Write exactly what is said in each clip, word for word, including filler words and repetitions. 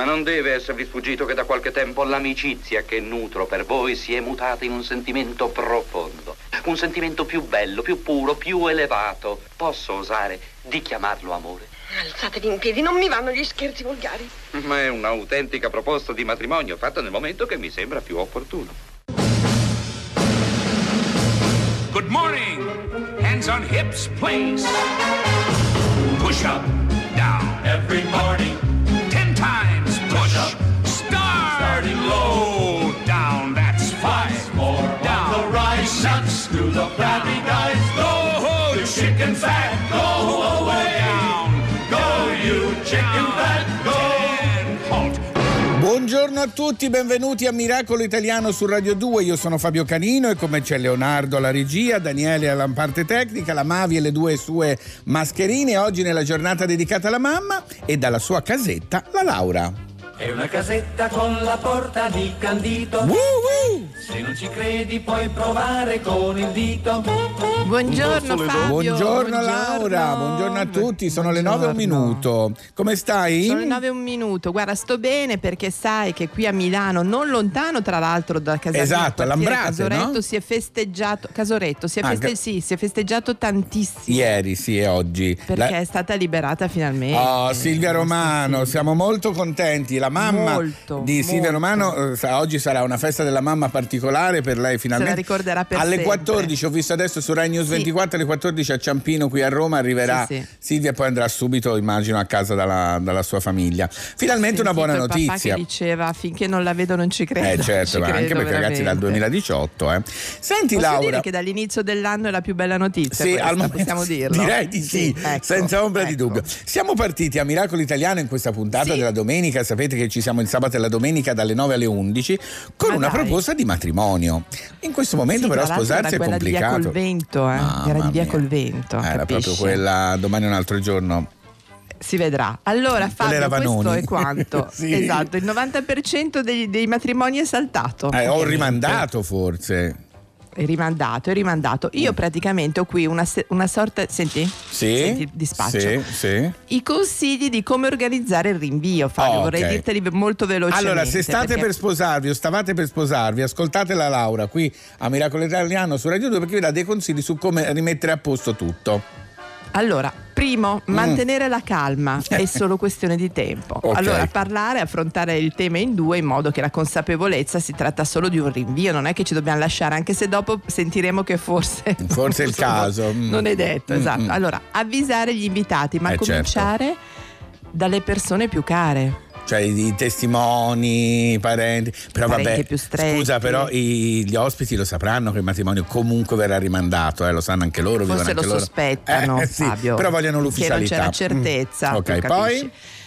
Ma non deve esservi sfuggito che da qualche tempo l'amicizia che nutro per voi si è mutata in un sentimento profondo. Un sentimento più bello, più puro, più elevato. Posso osare di chiamarlo amore? Alzatevi in piedi, non mi vanno gli scherzi volgari. Ma è un'autentica proposta di matrimonio fatta nel momento che mi sembra più opportuno. Good morning. Hands on hips, please. Push up, down. Every morning. Ten times push. Up. Start. Starting low. Down, that's five. More down. On the rise. Nuts to the flabby guys. Go, the chicken fat. Go away. Down. Go, you chicken fat. Go. Ten. Halt. Buongiorno a tutti, benvenuti a Miracolo Italiano su Radio due. Io sono Fabio Canino e come c'è Leonardo alla regia, Daniele alla parte tecnica, la Mavi e le due sue mascherine. Oggi nella giornata dedicata alla mamma e dalla sua casetta la Laura. È una casetta con la porta di candito. Uh-huh. Se non ci credi puoi provare con il dito. Buongiorno Fabio. Buongiorno Laura, buongiorno a tutti. Sono buongiorno. Le nove e un minuto. Come stai? Sono le nove e un minuto. Guarda, sto bene perché sai che qui a Milano, non lontano tra l'altro da casa mia, esatto, all'Ambrate, Casoretto, no? si è festeggiato. Casoretto si è, feste- ah, sì, si è festeggiato tantissimo. Ieri, sì, e oggi. Perché La... è stata liberata finalmente. Oh, Silvia Romano, siamo molto contenti. La mamma molto, di Silvia molto. Romano, eh, oggi sarà una festa della mamma particolare per lei finalmente. Se la ricorderà per alle sempre. quattordici, ho visto adesso su Rai News sì. ventiquattro, alle quattordici a Ciampino qui a Roma arriverà sì, sì. Silvia e poi andrà subito, immagino, a casa dalla, dalla sua famiglia. Finalmente una buona notizia. Papà che diceva finché non la vedo non ci credo. Eh certo, ma anche perché veramente. Ragazzi dal duemiladiciotto. Eh. Senti Posso Laura. dire che dall'inizio dell'anno è la più bella notizia. Sì, questa, al momento, possiamo dirlo. Direi di sì, sì ecco, senza ombra ecco. di dubbio. Siamo partiti a Miracolo Italiano in questa puntata sì. della domenica. Sapete che ci siamo il sabato e la domenica dalle nove alle undici con ma una dai. proposta di matrimonio. In questo momento sì, però tra sposarsi era è complicato. Di via col vento, eh? Mamma era di via mia. col vento. Era capisci? proprio quella domani un altro giorno. Si vedrà. Allora Fabio, questo è quanto. sì. Esatto, il novanta per cento dei, dei matrimoni è saltato. Eh, ho rimandato forse. È rimandato, è rimandato. Io praticamente ho qui una, una sorta. Senti? Sì. Senti, dispaccio. Sì, sì. I consigli di come organizzare il rinvio, Fabio. Oh, vorrei okay. dirteli molto velocemente. Allora, se state perché... per sposarvi o stavate per sposarvi, ascoltate la Laura qui a Miracolo Italiano su Radio due perché vi dà dei consigli su come rimettere a posto tutto. Allora, primo, mm. mantenere la calma, è solo questione di tempo. Okay. Allora, parlare, affrontare il tema in due in modo che la consapevolezza si tratta solo di un rinvio, non è che ci dobbiamo lasciare, anche se dopo sentiremo che forse forse è il caso. Mm. Non è detto, mm. esatto. Mm. Allora, avvisare gli invitati, ma eh, cominciare certo. dalle persone più care. Cioè i testimoni, i parenti, però parenti vabbè, più stretti. Scusa, però i, gli ospiti lo sapranno che il matrimonio comunque verrà rimandato, eh, lo sanno anche loro, forse anche lo loro. sospettano, eh, sì, Fabio, però vogliono l'ufficialità. che non c'è la certezza. Mm. Ok, poi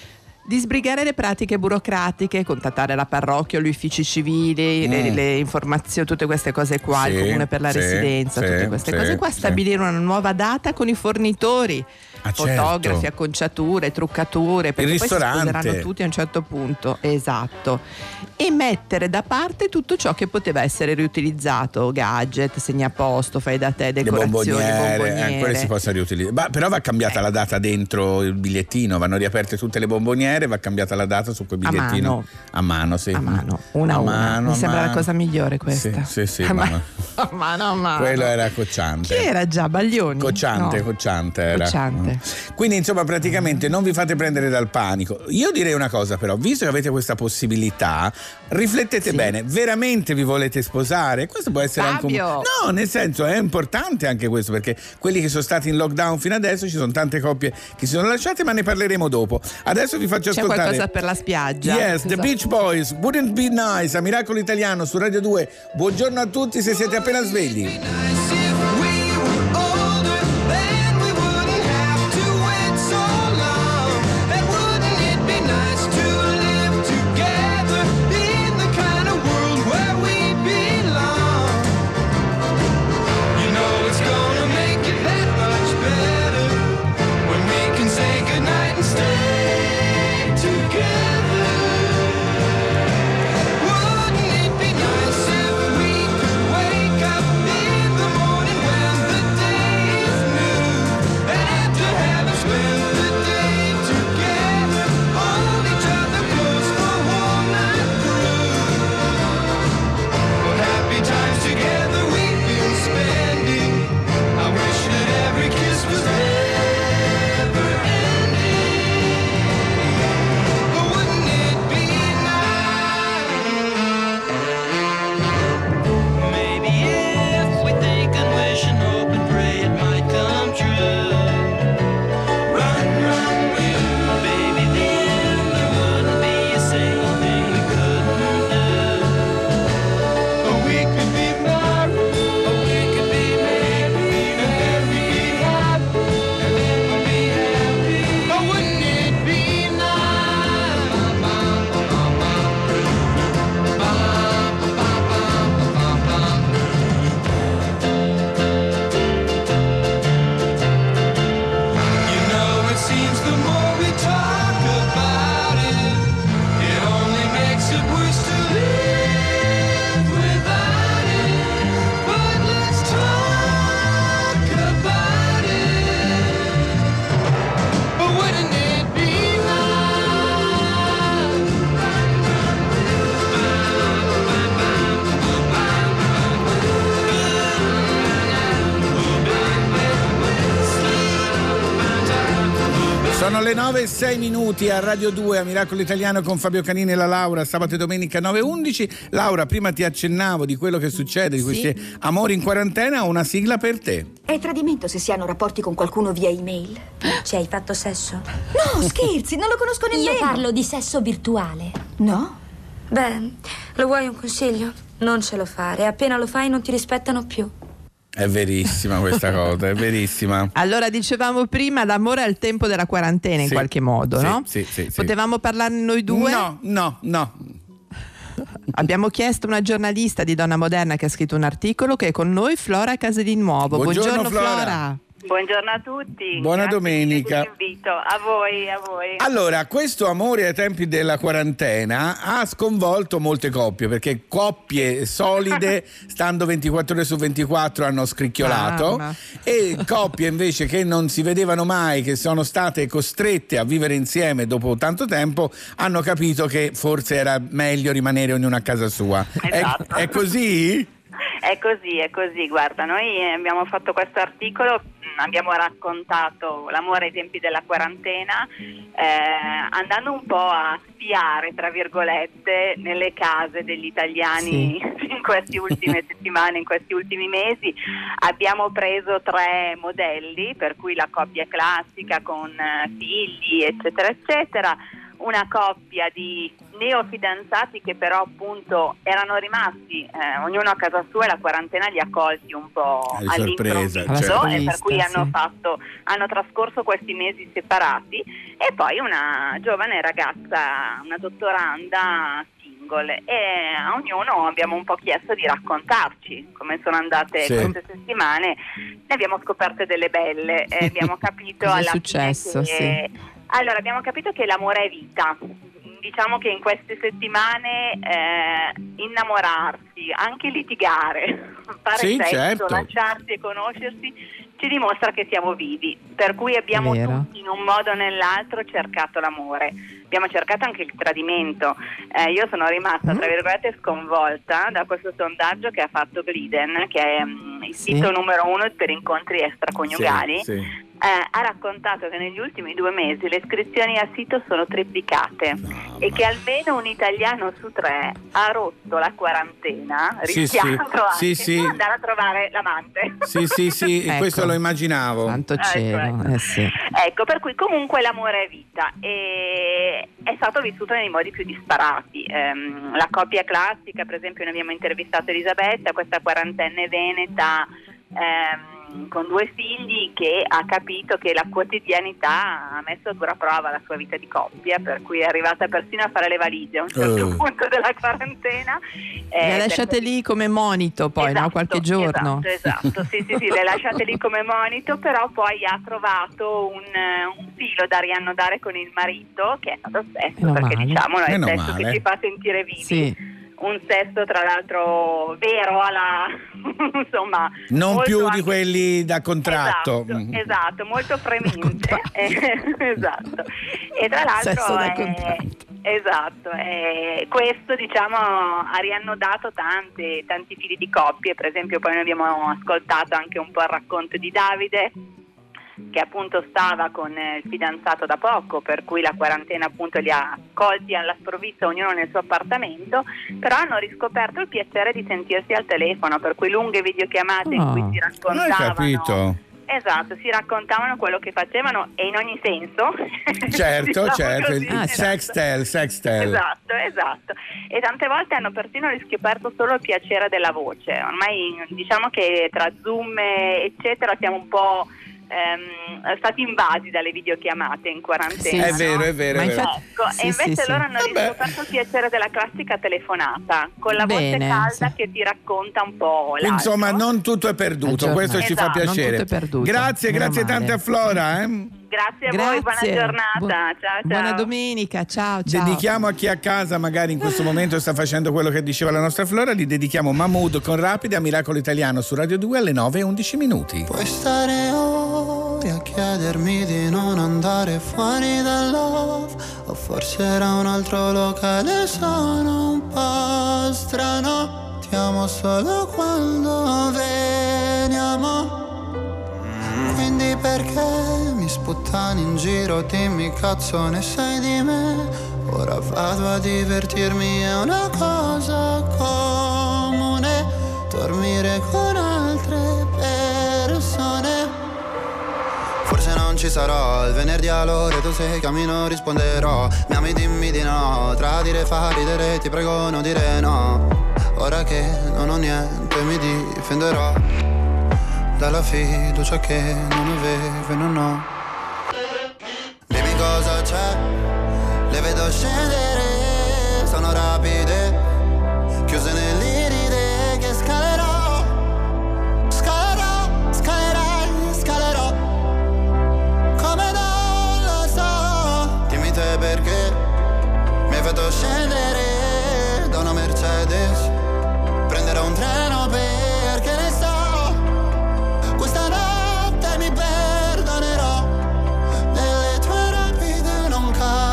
di sbrigare le pratiche burocratiche, contattare la parrocchia, gli uffici civili, mm. le, le informazioni, tutte queste cose qua, sì, il comune per la sì, residenza, sì, tutte queste sì, cose qua, sì. stabilire una nuova data con i fornitori. Ah, fotografi, certo. acconciature, truccature, perché il poi si ristorante. sposeranno tutti a un certo punto, esatto, e mettere da parte tutto ciò che poteva essere riutilizzato, gadget, segnaposto, fai da te, decorazioni, le bomboniere, bomboniere. Eh, quelle si possono riutilizzare. Ma però va cambiata eh. la data dentro il bigliettino, vanno riaperte tutte le bomboniere, va cambiata la data su quel bigliettino. A mano, a mano sì. A mano, una a, a una. Mano, Mi sembra mano. la cosa migliore questa. Sì, sì, sì. A mano. a mano, a mano. Quello era cocciante. Chi era già? Baglioni? Cocciante, no. cocciante era. Cocciante. Quindi insomma praticamente non vi fate prendere dal panico. Io direi una cosa però, visto che avete questa possibilità, riflettete sì. bene, veramente vi volete sposare? Questo può essere Fabio. anche un... No, nel senso è importante anche questo, perché quelli che sono stati in lockdown fino adesso, ci sono tante coppie che si sono lasciate, ma ne parleremo dopo. Adesso vi faccio C'è ascoltare qualcosa per la spiaggia. Yes, The Esatto. Beach Boys, Wouldn't Be Nice, a Miracolo Italiano su Radio due. Buongiorno a tutti se siete appena svegli. Wouldn't it be nice if we could wake up in the le nove e sei minuti a Radio due, a Miracolo Italiano con Fabio Canini e la Laura, sabato e domenica nove e undici. Laura, prima ti accennavo di quello che succede, di questi sì. amori in quarantena, ho una sigla per te. È tradimento se si hanno rapporti con qualcuno via email. Ci hai fatto sesso? No, scherzi, non lo conosco nemmeno. Io parlo di sesso virtuale. No? Beh, lo vuoi un consiglio? Non ce lo fare, appena lo fai non ti rispettano più. È verissima questa cosa, è verissima. Allora, dicevamo prima, l'amore al tempo della quarantena in sì, qualche modo, sì, no? Sì, sì, sì. Potevamo parlarne noi due? No, no, no. Abbiamo chiesto a una giornalista di Donna Moderna che ha scritto un articolo, che è con noi, Flora Casadinuovo. Buongiorno, Buongiorno Flora. Flora. Buongiorno a tutti. Buona Grazie domenica. per l'invito. A voi, a voi. Allora, questo amore ai tempi della quarantena ha sconvolto molte coppie, perché coppie solide, stando ventiquattro ore su ventiquattro, hanno scricchiolato, Mamma. e coppie invece che non si vedevano mai, che sono state costrette a vivere insieme dopo tanto tempo, hanno capito che forse era meglio rimanere ognuno a casa sua. Esatto. È, è così? È così, è così. Guarda, noi abbiamo fatto questo articolo, abbiamo raccontato l'amore ai tempi della quarantena, eh, andando un po' a spiare, tra virgolette, nelle case degli italiani sì. in queste ultime settimane, in questi ultimi mesi. Abbiamo preso tre modelli, per cui la coppia classica con figli, eccetera, eccetera, una coppia di neofidanzati che però appunto erano rimasti eh, ognuno a casa sua, e la quarantena li ha colti un po' Di sorpresa, all'improvviso, certo. e per cui sì. hanno fatto hanno trascorso questi mesi separati, e poi una giovane ragazza, una dottoranda single, e a ognuno abbiamo un po' chiesto di raccontarci come sono andate sì. queste settimane. Ne abbiamo scoperte delle belle e abbiamo capito Cosa è alla successo, fine che, sì. allora abbiamo capito che l'amore è vita. Diciamo che in queste settimane eh, innamorarsi, anche litigare, fare Sì, sesso, certo. lasciarsi e conoscersi ci dimostra che siamo vivi, per cui abbiamo Vero. tutti in un modo o nell'altro cercato l'amore, abbiamo cercato anche il tradimento. Eh, io sono rimasta tra virgolette sconvolta da questo sondaggio che ha fatto Gliden, che è um, il Sì. sito numero uno per incontri extraconiugali. Sì, sì. Eh, ha raccontato che negli ultimi due mesi le iscrizioni al sito sono triplicate No, e che almeno un italiano su tre ha rotto la quarantena Sì, sì. rischiando anche Sì, sì. di andare a trovare l'amante. Sì, sì, sì, Ecco. questo lo immaginavo. Santo Ecco, cielo, ecco. eh sì. Ecco, per cui comunque l'amore è vita e è stato vissuto nei modi più disparati. Ehm, la coppia classica, per esempio, noi abbiamo intervistato Elisabetta, questa quarantenne veneta, ehm, con due figli, che ha capito che la quotidianità ha messo a dura prova la sua vita di coppia, per cui è arrivata persino a fare le valigie a un certo Oh. punto della quarantena. Le Eh, lasciate perché- lì come monito poi, Esatto, no? Qualche giorno. Esatto, esatto. Sì, sì, sì, le lasciate lì come monito, però poi ha trovato un, un filo da riannodare con il marito, che è stato sesso, Meno perché male. diciamolo, è il Meno sesso male. che ci fa sentire vivi. Sì. Un sesso tra l'altro vero, alla insomma Non molto più anche- di quelli da contratto. Esatto, Mm. esatto, molto premente. Eh, esatto. E tra l'altro Sesso da è- contratto. esatto, è- questo diciamo ha riannodato tante, tanti fili di coppie. Per esempio poi noi abbiamo ascoltato anche un po' il racconto di Davide, che appunto stava con il fidanzato da poco, per cui la quarantena appunto li ha colti alla sprovvista, ognuno nel suo appartamento, però hanno riscoperto il piacere di sentirsi al telefono, per cui lunghe videochiamate in Oh. cui si Hai raccontavano. capito? Esatto, si raccontavano quello che facevano e in ogni senso. Certo, Diciamo certo, così. il Ah, sextel, sextel. Esatto, esatto. E tante volte hanno persino riscoperto solo il piacere della voce. Ormai diciamo che tra Zoom eccetera siamo un po' ehm, stati invasi dalle videochiamate in quarantena. Sì, È no? vero, è vero, Ma è vero. infatti- Ecco, Sì, e invece sì, sì. loro hanno Vabbè. riscoperto il piacere della classica telefonata con la voce Bene, calda sì. che ti racconta un po' Quindi, l'altro. insomma, non tutto è perduto, Aggiornato. questo ci fa Esatto. piacere. Non tutto è perduto. Grazie, Meno grazie male. tante a Flora. Eh? Grazie a voi, buona Grazie. giornata. Bu- ciao, ciao. Buona domenica, ciao ciao. Dedichiamo a chi a casa magari in questo momento sta facendo quello che diceva la nostra Flora, gli dedichiamo Mahmood con Rapide a Miracolo Italiano su Radio due alle nove e undici minuti. Puoi stare ore a chiedermi di non andare fuori dal love, o forse era un altro locale, sono un po' strano, ti amo solo quando veniamo, quindi chiedi perché mi sputtani in giro, dimmi cazzo ne sai di me. Ora vado a divertirmi, è una cosa comune, dormire con altre persone. Forse non ci sarò il venerdì all'ora, tu se cammino risponderò. Mi ami dimmi di no, tradire fa ridere, ti prego non dire no. Ora che non ho niente mi difenderò dalla fiducia che non avevo e non ho. Dimmi cosa c'è, le vedo scendere, sono rapide, chiuse nell'iride che scalerò, scalerò, scalerai, scalerò, come non lo so. Dimmi te perché mi hai fatto scendere da una Mercedes, prenderò un treno perché ne so, questa notte mi perdonerò, nelle tue rapide non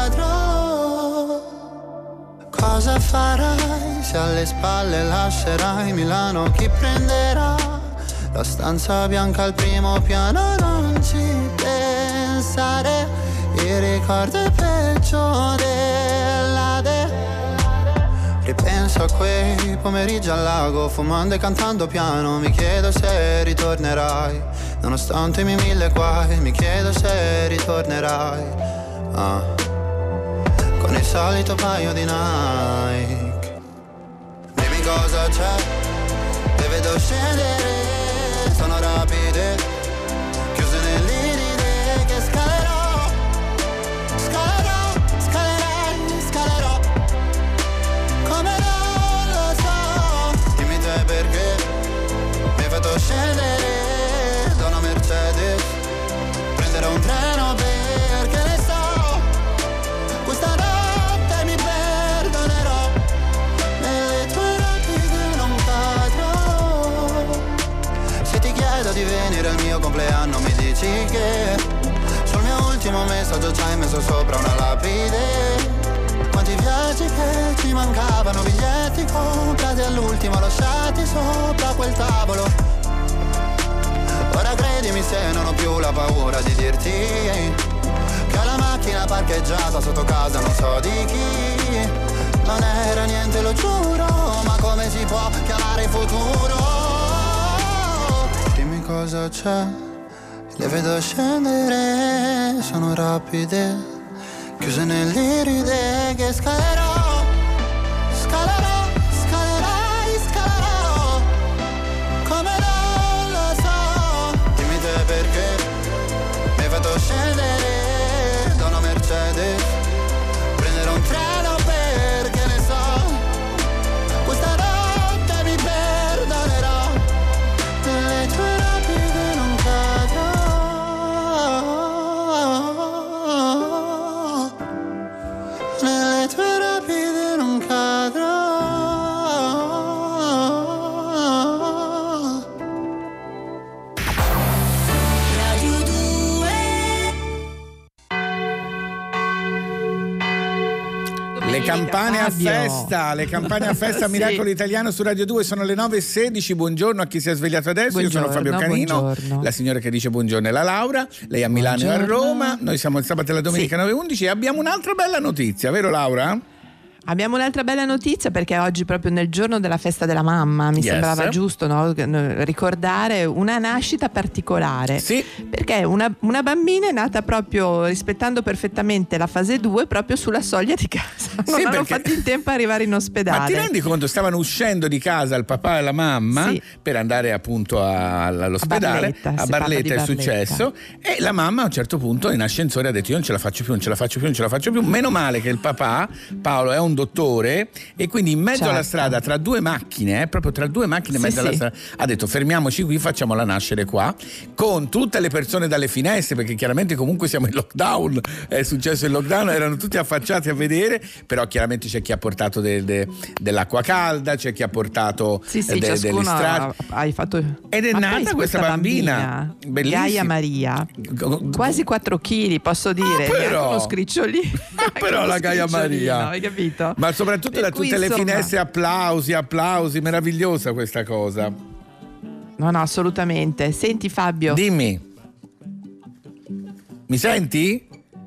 cadrò. Cosa farai se alle spalle lascerai Milano? Chi prenderà la stanza bianca al primo piano? Non ci pensare, il ricordo è peggio dell'Ade. Ripenso a quei pomeriggi al lago, fumando e cantando piano. Mi chiedo se ritornerai, nonostante i miei mille guai. Mi chiedo se ritornerai, ah, con il solito paio di Nike. Dimmi cosa c'è, te vedo scendere, sono rapide, chiuse nell'iride che scalerò, scalerò, scalerai, scalerò, come non lo so. Dimmi te perché mi hai fatto scendere da una Mercedes, prenderò un treno perché ne so, questa notte mi perdonerò, nelle tue rapide non cadrò. Se ti chiedo di venire al mio compleanno mi dici che sul mio ultimo messaggio ci hai messo sopra una lapide. Quanti viaggi che ci mancavano, biglietti comprati all'ultimo lasciati sopra quel tavolo. Ora credimi se non ho più la paura di dirti che ho la macchina parcheggiata sotto casa non so di chi. Non era niente lo giuro, ma come si può chiamare futuro? Dimmi cosa c'è, le vedo scendere, sono rapide, chiuse nell'iride che scalerò, scalerò, scalerai, scalerò, come non lo so. Dimmi te perché mi hai fatto scendere da una Mercedes, prenderò un treno perché ne so, questa notte mi perdonerò, nelle tue rapide non cadrò. Nelle tue rapide non cadrò. Radio due. Le campane a festa, le campane a festa Sì. Miracolo Italiano su Radio due, sono le nove e sedici. Buongiorno a chi si è svegliato adesso. Buongiorno, Io sono Fabio Canino, buongiorno. la signora che dice buongiorno è la Laura, lei a Milano e a Buongiorno. Roma. Noi siamo il sabato e la domenica Sì. nove e undici e abbiamo un'altra bella notizia, vero Laura? Abbiamo un'altra bella notizia perché oggi proprio nel giorno della festa della mamma mi Yes. sembrava giusto, no, ricordare una nascita particolare. Sì. Perché una, una bambina è nata proprio rispettando perfettamente la fase due proprio sulla soglia di casa. Non Sì, hanno perché- fatto in tempo a arrivare in ospedale. Ma ti rendi conto? Stavano uscendo di casa il papà e la mamma Sì. per andare appunto a- all'ospedale. A Barletta, A si parla Barletta di è Barletta. successo. E la mamma a un certo punto in ascensore ha detto: io non ce la faccio più, non ce la faccio più, non ce la faccio più. Meno male che il papà, Paolo, è un dottore e quindi in mezzo Certo. alla strada, tra due macchine, eh, proprio tra due macchine in Sì, mezzo alla sì. strada, ha detto: fermiamoci qui, facciamola nascere qua, con tutte le persone dalle finestre, perché chiaramente comunque siamo in lockdown, è successo il lockdown, erano tutti affacciati a vedere, però chiaramente c'è chi ha portato de- de- dell'acqua calda, c'è chi ha portato Sì, sì, de- degli ciascuno strati. ha, hai fatto. Ed è Ma nata poi questa bambina, bellissima. Gaia Maria, quasi quattro chili, posso dire, Ah, però. neanche uno scricciolino. Però la Gaia Maria, hai capito? ma soprattutto Per da cui, tutte le insomma, finestre applausi, applausi, meravigliosa questa cosa. No, no, assolutamente. Senti Fabio, Dimmi. Mi senti?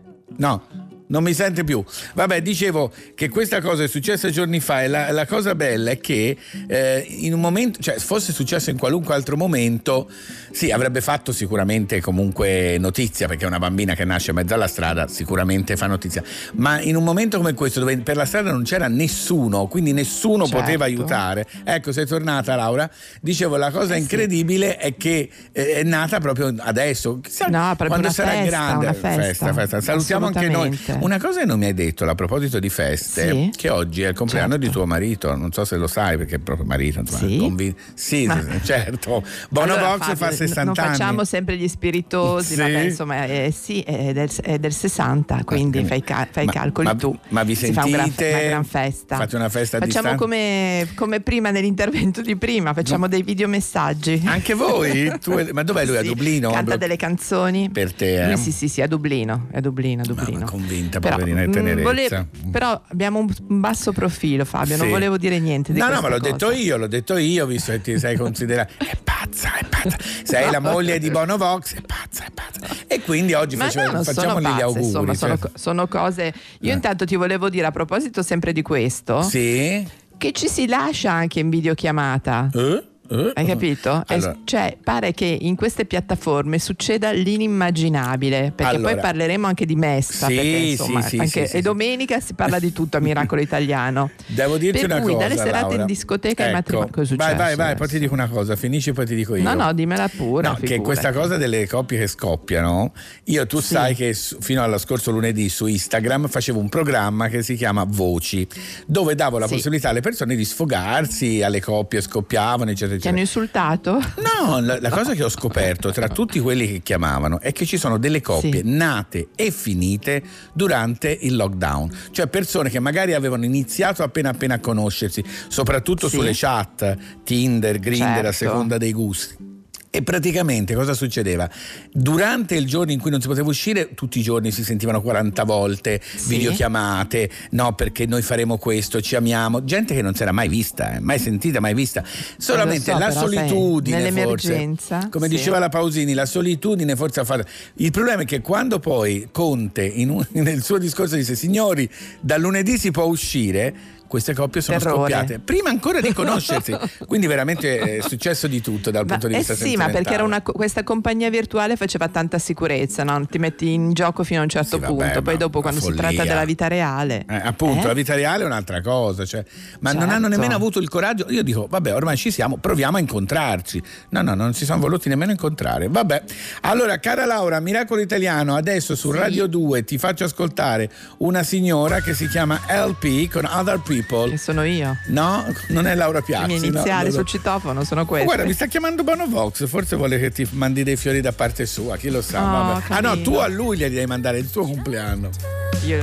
No. Non mi sente più. Vabbè, dicevo che questa cosa è successa giorni fa e la, la cosa bella è che eh, in un momento, cioè fosse successo in qualunque altro momento, sì, avrebbe fatto sicuramente comunque notizia, perché una bambina che nasce in mezzo alla strada sicuramente fa notizia, ma in un momento come questo dove per la strada non c'era nessuno, quindi nessuno certo. poteva aiutare. Ecco, sei tornata, Laura. Dicevo, la cosa eh, incredibile sì. è che eh, è nata proprio adesso. Chissà, no, proprio quando una sarà festa, grande, una festa. festa, festa. Salutiamo anche noi. Una cosa che non mi hai detto a proposito di feste, sì? che oggi è il compleanno certo. di tuo marito, non so se lo sai perché è proprio marito, insomma, sì, convin- sì, Ma... sì certo. Bono allora, Vox Fabio, fa sessanta non anni. facciamo sempre gli spiritosi, sì. vabbè, insomma, eh, sì, è del, è del sessanta, quindi ma, fai, ca- fai ma, i calcoli ma, tu. Ma vi si sentite? fa un gran, una gran festa. Fate una festa a Facciamo distanza? come, come prima nell'intervento di prima, facciamo no. dei videomessaggi. Anche voi? Tu, ma dov'è lui? Sì, a Dublino? canta delle canzoni. Per te, eh? Lui, sì, sì, sì, a Dublino, a Dublino, a Dublino. Ma convinta, però, poverina di tenerezza. Vole- però abbiamo un basso profilo, Fabio, sì. non volevo dire niente di no no ma l'ho cosa. detto io l'ho detto io visto che ti sei considerata è pazza è pazza sei la moglie di Bono Vox è pazza è pazza e quindi oggi ma facciamo, no, facciamogli pazze, gli auguri insomma, cioè. sono, sono cose io eh. intanto ti volevo dire a proposito sempre di questo sì che ci si lascia anche in videochiamata. eh? Uh, Hai capito? Allora. Eh, cioè pare che in queste piattaforme succeda l'inimmaginabile, perché allora. poi parleremo anche di Mesta, sì, perché insomma sì, sì, anche, sì, e sì. domenica si parla di tutto a Miracolo Italiano. Devo dirti per una cui cosa, dalle serate Laura. in discoteca ecco, ai matrimoni, cosa è successo? vai vai vai poi ti dico una cosa, finisci poi ti dico io. No no, dimmela pure. No, che questa cosa delle coppie che scoppiano, io tu sì. sai che su, fino allo scorso lunedì su Instagram facevo un programma che si chiama Voci, dove davo la sì. possibilità alle persone di sfogarsi, alle coppie scoppiavano eccetera eccetera. Ti hanno insultato? No, la, la cosa che ho scoperto tra tutti quelli che chiamavano è che ci sono delle coppie sì. nate e finite durante il lockdown, cioè persone che magari avevano iniziato appena appena a conoscersi, soprattutto sì. sulle chat, Tinder, Grindr, certo. a seconda dei gusti. E praticamente cosa succedeva? Durante il giorno in cui non si poteva uscire, tutti i giorni si sentivano quaranta volte sì. videochiamate, no perché noi faremo questo, ci amiamo, gente che non si era mai vista, eh, mai sentita, mai vista. Solamente so, la però, solitudine, sai, nell'emergenza, forse, come sì. diceva la Pausini, la solitudine forse ha fatto. Il problema è che quando poi Conte in un, nel suo discorso disse signori, da lunedì si può uscire, queste coppie sono Terrore. scoppiate prima ancora di conoscersi, quindi veramente è successo di tutto dal ma, punto di eh vista sì, sentimentale. ma perché era una, questa compagnia virtuale faceva tanta sicurezza, no? Ti metti in gioco fino a un certo sì, vabbè, punto, poi dopo quando follia. si tratta della vita reale eh, appunto eh? la vita reale è un'altra cosa, cioè, ma certo. non hanno nemmeno avuto il coraggio. Io dico vabbè, ormai ci siamo, proviamo a incontrarci. No no, non si sono voluti nemmeno incontrare. Vabbè, allora cara Laura, Miracolo Italiano adesso su sì. Radio due ti faccio ascoltare una signora che si chiama L P con Other People, che sono io. No, non è Laura Piazzi. Le mie iniziali no, sul citofono sono queste. Oh, guarda, mi sta chiamando Bono Vox, forse vuole che ti mandi dei fiori da parte sua, chi lo sa. Oh, vabbè. Ah no, tu a lui gli devi mandare il tuo compleanno. Io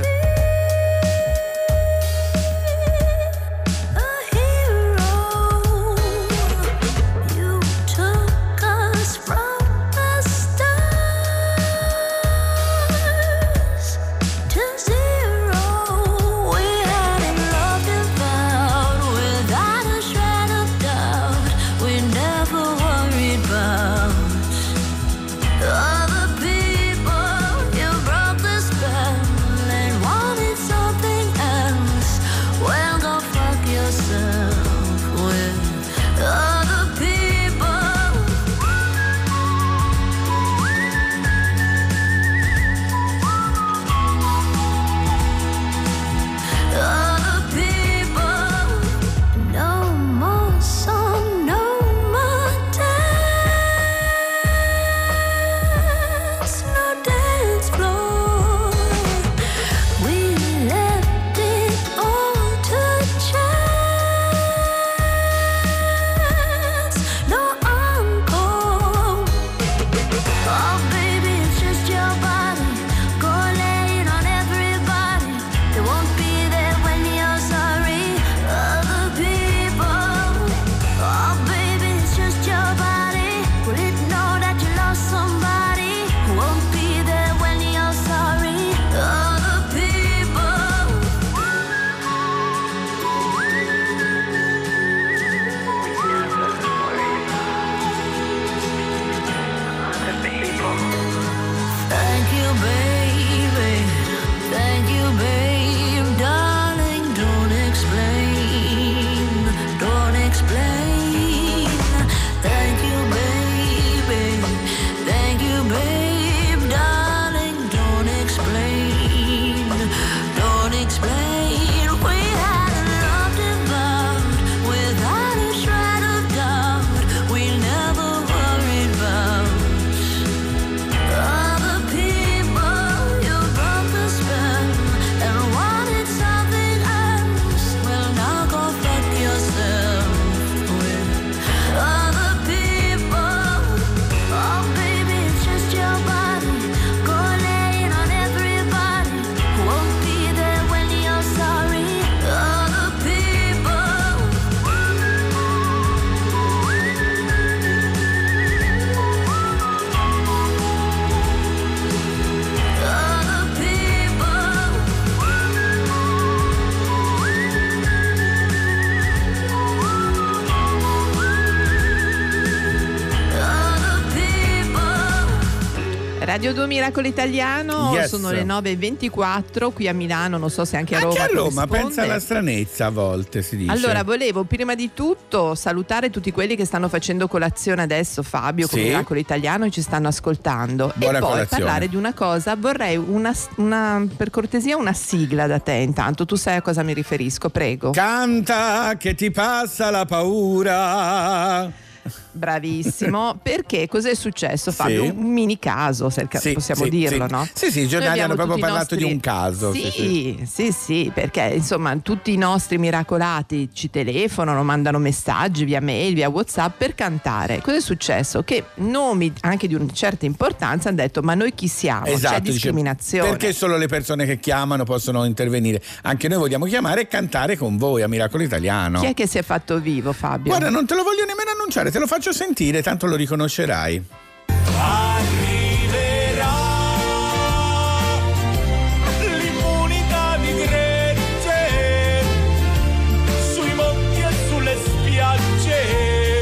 Other people, you broke the spell and Radio due Miracolo Italiano, Yes. sono le nove e ventiquattro qui a Milano, non so se anche a Roma. Anche a Roma, corrisponde. pensa alla stranezza a volte si dice. Allora, volevo prima di tutto salutare tutti quelli che stanno facendo colazione adesso, Fabio, con Sì. Miracolo Italiano, e ci stanno ascoltando. Buona e poi colazione. parlare di una cosa, vorrei una, una, per cortesia una sigla da te intanto, tu sai a cosa mi riferisco, prego. Canta che ti passa la paura. Bravissimo, perché cos'è successo, Fabio? Sì. Un mini caso, se Sì, possiamo sì, dirlo, sì. no? Sì, sì, i giornali Noi hanno abbiamo proprio tutti i parlato nostri- di un caso. Sì, sì, sì, sì, sì, perché insomma tutti i nostri miracolati ci telefonano, mandano messaggi via mail, via WhatsApp per cantare. Cos'è successo? Che nomi anche di una certa importanza hanno detto: ma noi chi siamo? Esatto, C'è dice, discriminazione. perché solo le persone che chiamano possono intervenire. Anche noi vogliamo chiamare e cantare con voi a Miracolo Italiano. Chi è che si è fatto vivo, Fabio? Guarda, non te lo voglio nemmeno annunciare, te lo faccio sentire, tanto lo riconoscerai. Arriverà l'immunità di gregge sui monti e sulle spiagge.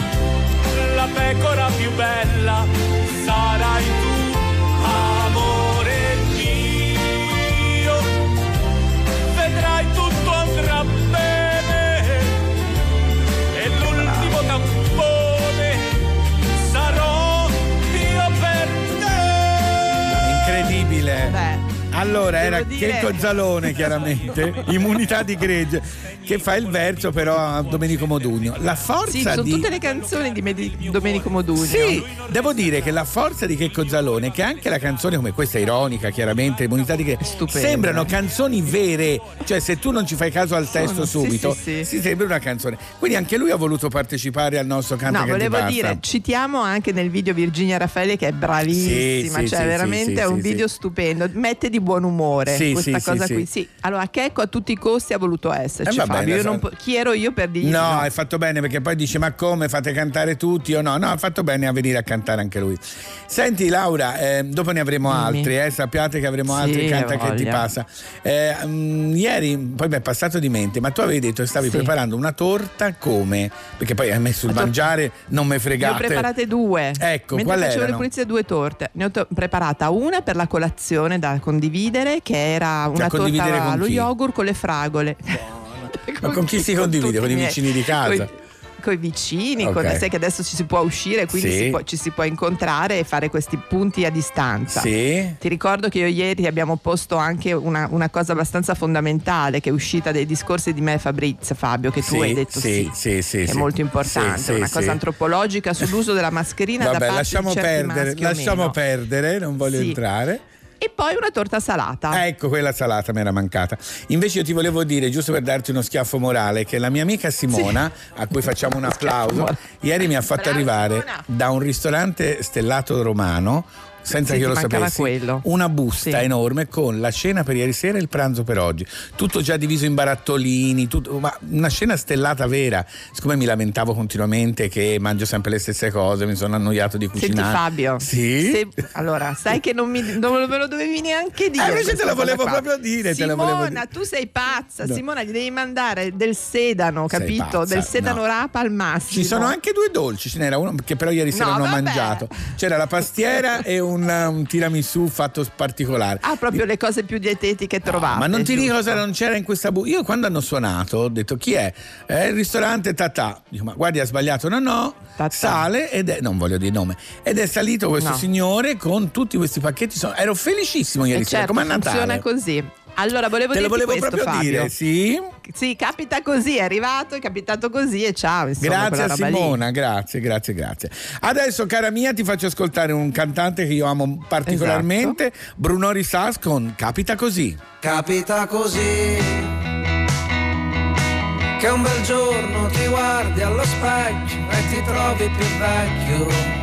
La pecora più bella sarai tu, amore mio. Vedrai tutto andrà bene e l'ultimo tampone sarò io per te. Incredibile. Beh, Allora era devo dire- Checco Zalone, chiaramente, immunità di gregge, che fa il verso però a Domenico Modugno. La forza sì, sono di tutte le canzoni di Medi- Domenico Modugno. Sì, devo dire che la forza di Checco Zalone, che anche la canzone come questa è ironica, chiaramente, immunità di gregge, Stupenda. sembrano canzoni vere, cioè se tu non ci fai caso al testo Sono- sì, subito, sì, sì. si sembra una canzone. Quindi anche lui ha voluto partecipare al nostro Canta No, che ti volevo passa. dire, citiamo anche nel video Virginia Raffaele, che è bravissima, Sì, sì, cioè sì, veramente sì, è un sì, video sì. stupendo, mette di buon umore Sì, questa sì, cosa sì, qui. sì. Sì, allora Checco a tutti i costi ha voluto esserci, Eh, va Fabio. bene, Io non sa- po- chi ero io per dirgli No, no? hai fatto bene, perché poi dice: ma come fate cantare tutti o no? No, ha fatto bene a venire a cantare anche lui. Senti Laura, eh, dopo ne avremo Dimmi. altri, eh, sappiate che avremo Sì, altri Canta che ti voglia. passa. Eh, mm, ieri poi mi è passato di mente, ma tu avevi detto che stavi Sì. preparando una torta come? Perché poi hai messo il La tor- mangiare, non me Ne ho fregate. preparate due. Ecco, Mentre qual facevo erano? le pulizie, due torte. Ne ho to- preparata una per la colazione da condividere, che era una condividere torta con allo chi? yogurt con le fragole. Ma con chi si condivide? tutti Con i miei- vicini di casa? Con i vicini, Ok. con, sai che adesso ci si può uscire, quindi Sì. si può- ci si può incontrare e fare questi punti a distanza. Sì. Ti ricordo che io ieri abbiamo posto anche una, una cosa abbastanza fondamentale, che è uscita dai discorsi di me e Fabrizio, Fabio, che tu Sì, hai detto sì, sì, sì, sì, che sì. è molto importante, Sì, una sì, cosa sì. antropologica sull'uso della mascherina da Vabbè, parte lasciamo di certi perdere, maschi o lasciamo meno. perdere, non voglio Sì. entrare. E poi una torta salata. Ecco, quella salata mi era mancata. Invece io ti volevo dire, giusto per darti uno schiaffo morale, che la mia amica Simona, a cui facciamo un applauso, ieri mi ha fatto Brava, arrivare Simona. da un ristorante stellato romano, senza Sì, che io ti lo mancava sapessi, quello. una busta Sì. enorme con la cena per ieri sera e il pranzo per oggi. Tutto già diviso in barattolini, tutto, ma una cena stellata vera. Siccome mi lamentavo continuamente che mangio sempre le stesse cose, mi sono annoiato di Senti cucinare. Fabio, Sì? se- allora sai che non, mi, non me lo dovevi neanche dire. Eh, invece te questa la cosa volevo qua. proprio dire, te la Simona, volevo dire. tu sei pazza. No. Simona, gli devi mandare del sedano, Sei capito? pazza, Del sedano no. rapa al massimo. Ci sono anche due dolci, ce n'era uno che però ieri sera No, non ho vabbè. mangiato. C'era la pastiera e un, un tiramisù fatto particolare. Ah, proprio le cose più dietetiche trovate. Ma non ti dico giusto? cosa non c'era in questa bu. Io quando hanno suonato ho detto: chi è? È il ristorante Tatà. Dico: ma guardi, ha sbagliato. No, no. Tatà. Sale ed è, non voglio dire il nome, ed è salito questo No. signore con tutti questi pacchetti. Sono- ero felicissimo ieri Eh, sera, certo, come a Natale. funziona così. Allora, volevo Te lo dirti volevo questo, proprio Fabio. dire, sì. Sì, capita così, è arrivato, è capitato così e ciao. Insomma, Grazie a quella roba lì. Simona, grazie, grazie, grazie. Adesso, cara mia, ti faccio ascoltare un cantante che io amo particolarmente, Esatto. Bruno Risas con Capita Così. Capita così che un bel giorno ti guardi allo specchio e ti trovi più vecchio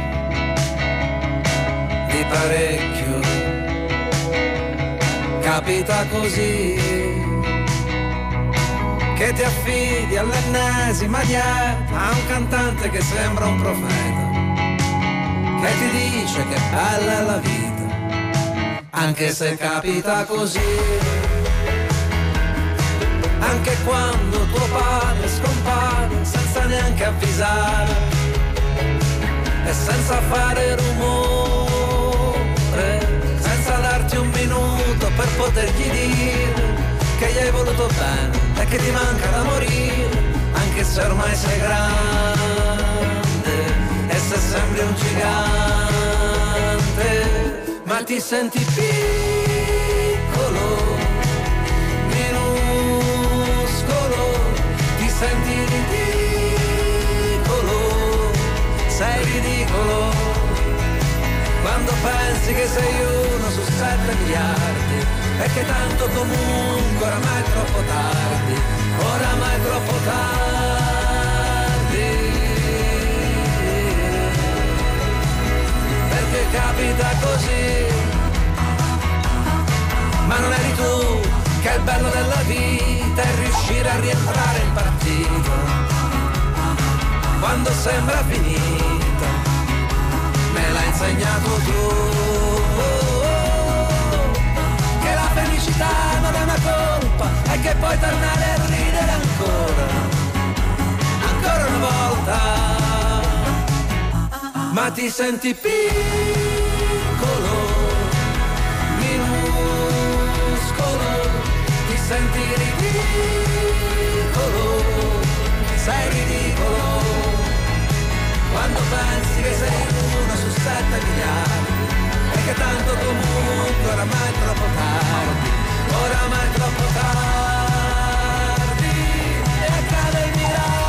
di parecchio. Capita così che ti affidi all'ennesima dieta a un cantante che sembra un profeta, che ti dice che bella è la vita, anche se capita così. Anche quando tuo padre scompare senza neanche avvisare e senza fare rumore per potergli dire che gli hai voluto bene e che ti manca da morire, anche se ormai sei grande e se sembri un gigante, ma ti senti piccolo, minuscolo, ti senti ridicolo, sei ridicolo, quando pensi che sei uno su sette miliardi e che tanto comunque oramai è troppo tardi, oramai è troppo tardi, perché capita così, ma non eri tu, che il bello della vita è riuscire a rientrare in partita, quando sembra finita, me l'hai insegnato tu, che la felicità non è una colpa e che puoi tornare a ridere ancora, ancora una volta, ma ti senti piccolo, minuscolo, ti senti ridicolo, sei ridicolo, quando pensi che sei uno su sette miliardi e che tanto comunque oramai è troppo tardi, oramai è troppo tardi, e accade il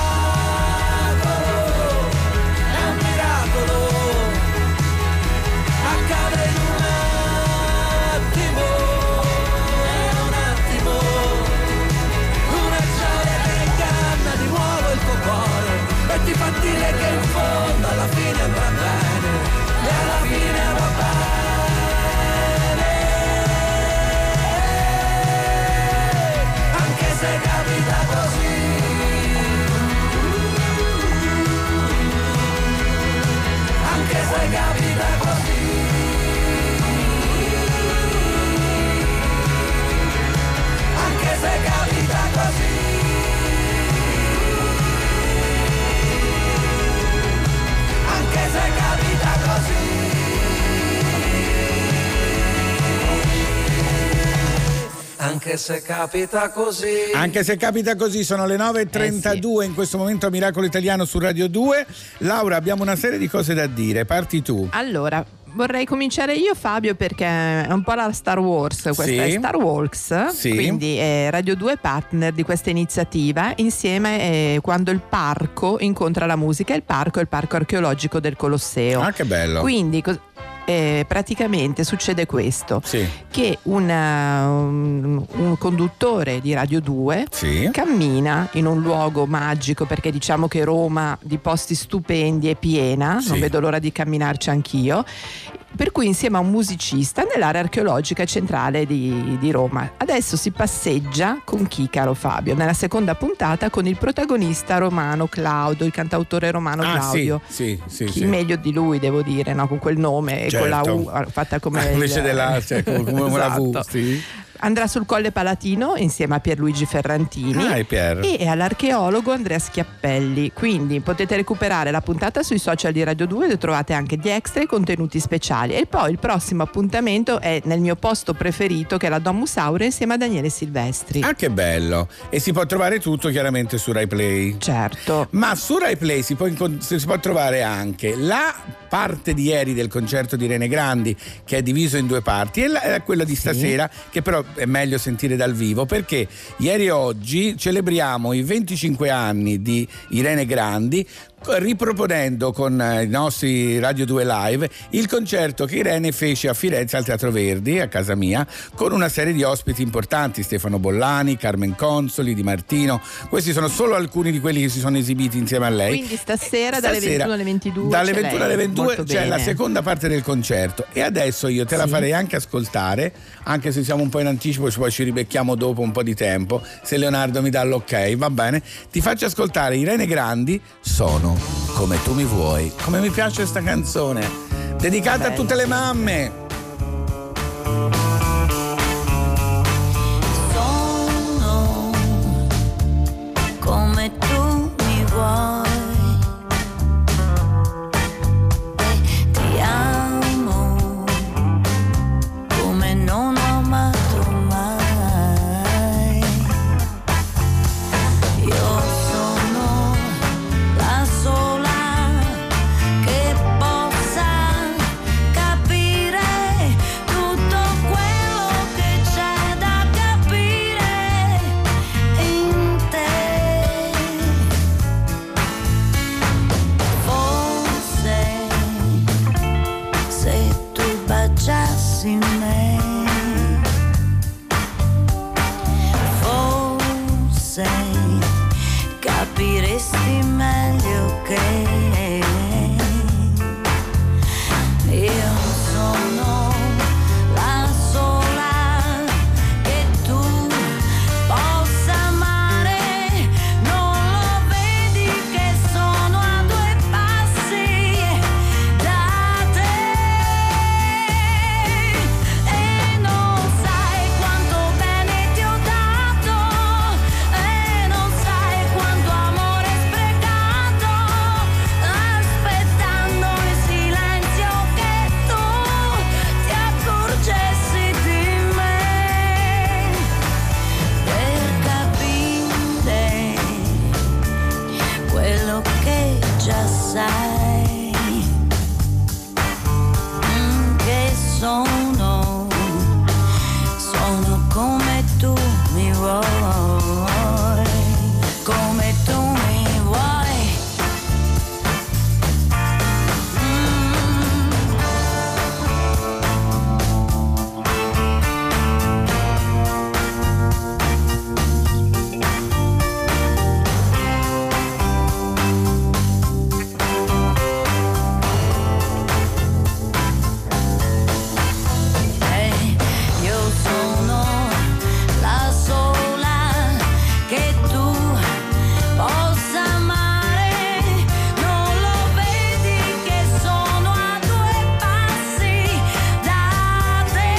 miracolo, è un miracolo, accade in un attimo, è un attimo, una gioia che inganna di nuovo il tuo cuore e ti fa dire che in fondo alla fine va bene, e alla fine va bene, anche se capita così, anche se capita così, anche se capita così. Anche se capita così, anche se capita così, anche se capita così, sono le nove e trentadue eh sì. In questo momento a Miracolo Italiano su Radio due. Laura, abbiamo una serie di cose da dire, parti tu. Allora, vorrei cominciare io, Fabio, perché è un po' la Star Wars, questa sì. è Star Walks, sì. quindi è Radio due partner di questa iniziativa, insieme eh, quando il parco incontra la musica. Il parco è il parco archeologico del Colosseo. Ah, che bello. Quindi cos- eh, praticamente succede questo, sì. che una, un, un conduttore di Radio due sì. cammina in un luogo magico, perché diciamo che Roma di posti stupendi è piena, sì. non vedo l'ora di camminarci anch'io, per cui insieme a un musicista nell'area archeologica centrale di, di Roma. Adesso si passeggia con chi, caro Fabio? Nella seconda puntata con il protagonista romano Claudio, il cantautore romano ah, Claudio. Sì, sì, chi sì. meglio di lui, devo dire, no? Con quel nome e certo. con la U fatta come invece il, della cioè, come, come esatto. la V, sì. Andrà sul Colle Palatino insieme a Pierluigi Ferrantini ah, e, Pier. e all'archeologo Andrea Schiappelli. Quindi potete recuperare la puntata sui social di Radio due, dove trovate anche gli extra e i contenuti speciali. E poi il prossimo appuntamento è nel mio posto preferito, che è la Domus Aurea, insieme a Daniele Silvestri. Ah, che bello! E si può trovare tutto chiaramente su Rai Play. Certo. Ma su Rai Play si può, si può trovare anche la parte di ieri del concerto di Irene Grandi, che è diviso in due parti, e la, quella di stasera, sì. che però è meglio sentire dal vivo, perché ieri e oggi celebriamo i venticinque anni di Irene Grandi, riproponendo con i nostri Radio due Live il concerto che Irene fece a Firenze al Teatro Verdi, a casa mia, con una serie di ospiti importanti: Stefano Bollani, Carmen Consoli, Di Martino. Questi sono solo alcuni di quelli che si sono esibiti insieme a lei. Quindi stasera, stasera dalle ventuno alle ventidue dalle ventuno alle ventidue c'è bene. la seconda parte del concerto, e adesso io te sì. la farei anche ascoltare, anche se siamo un po' in anticipo, poi ci ribecchiamo dopo un po' di tempo, se Leonardo mi dà l'ok, va bene? Ti faccio ascoltare Irene Grandi, Sono come tu mi vuoi. Come mi piace questa canzone, dedicata Bella. a tutte le mamme. Sono come tu mi vuoi, e ti amo come non ho amato sapresti meglio che io sono la sola che tu possa amare. Non lo vedi che sono a due passi da te e non sai quanto bene ti ho dato e non sai quanto amore sprecato, aspettando in silenzio che tu ti accorgessi di me per capire quello che già sai, mm, che sono, sono come tu mi vuoi, come tu mi vuoi. Ehi, io sono la sola che tu possa amare. Non lo vedi che sono a due passi da te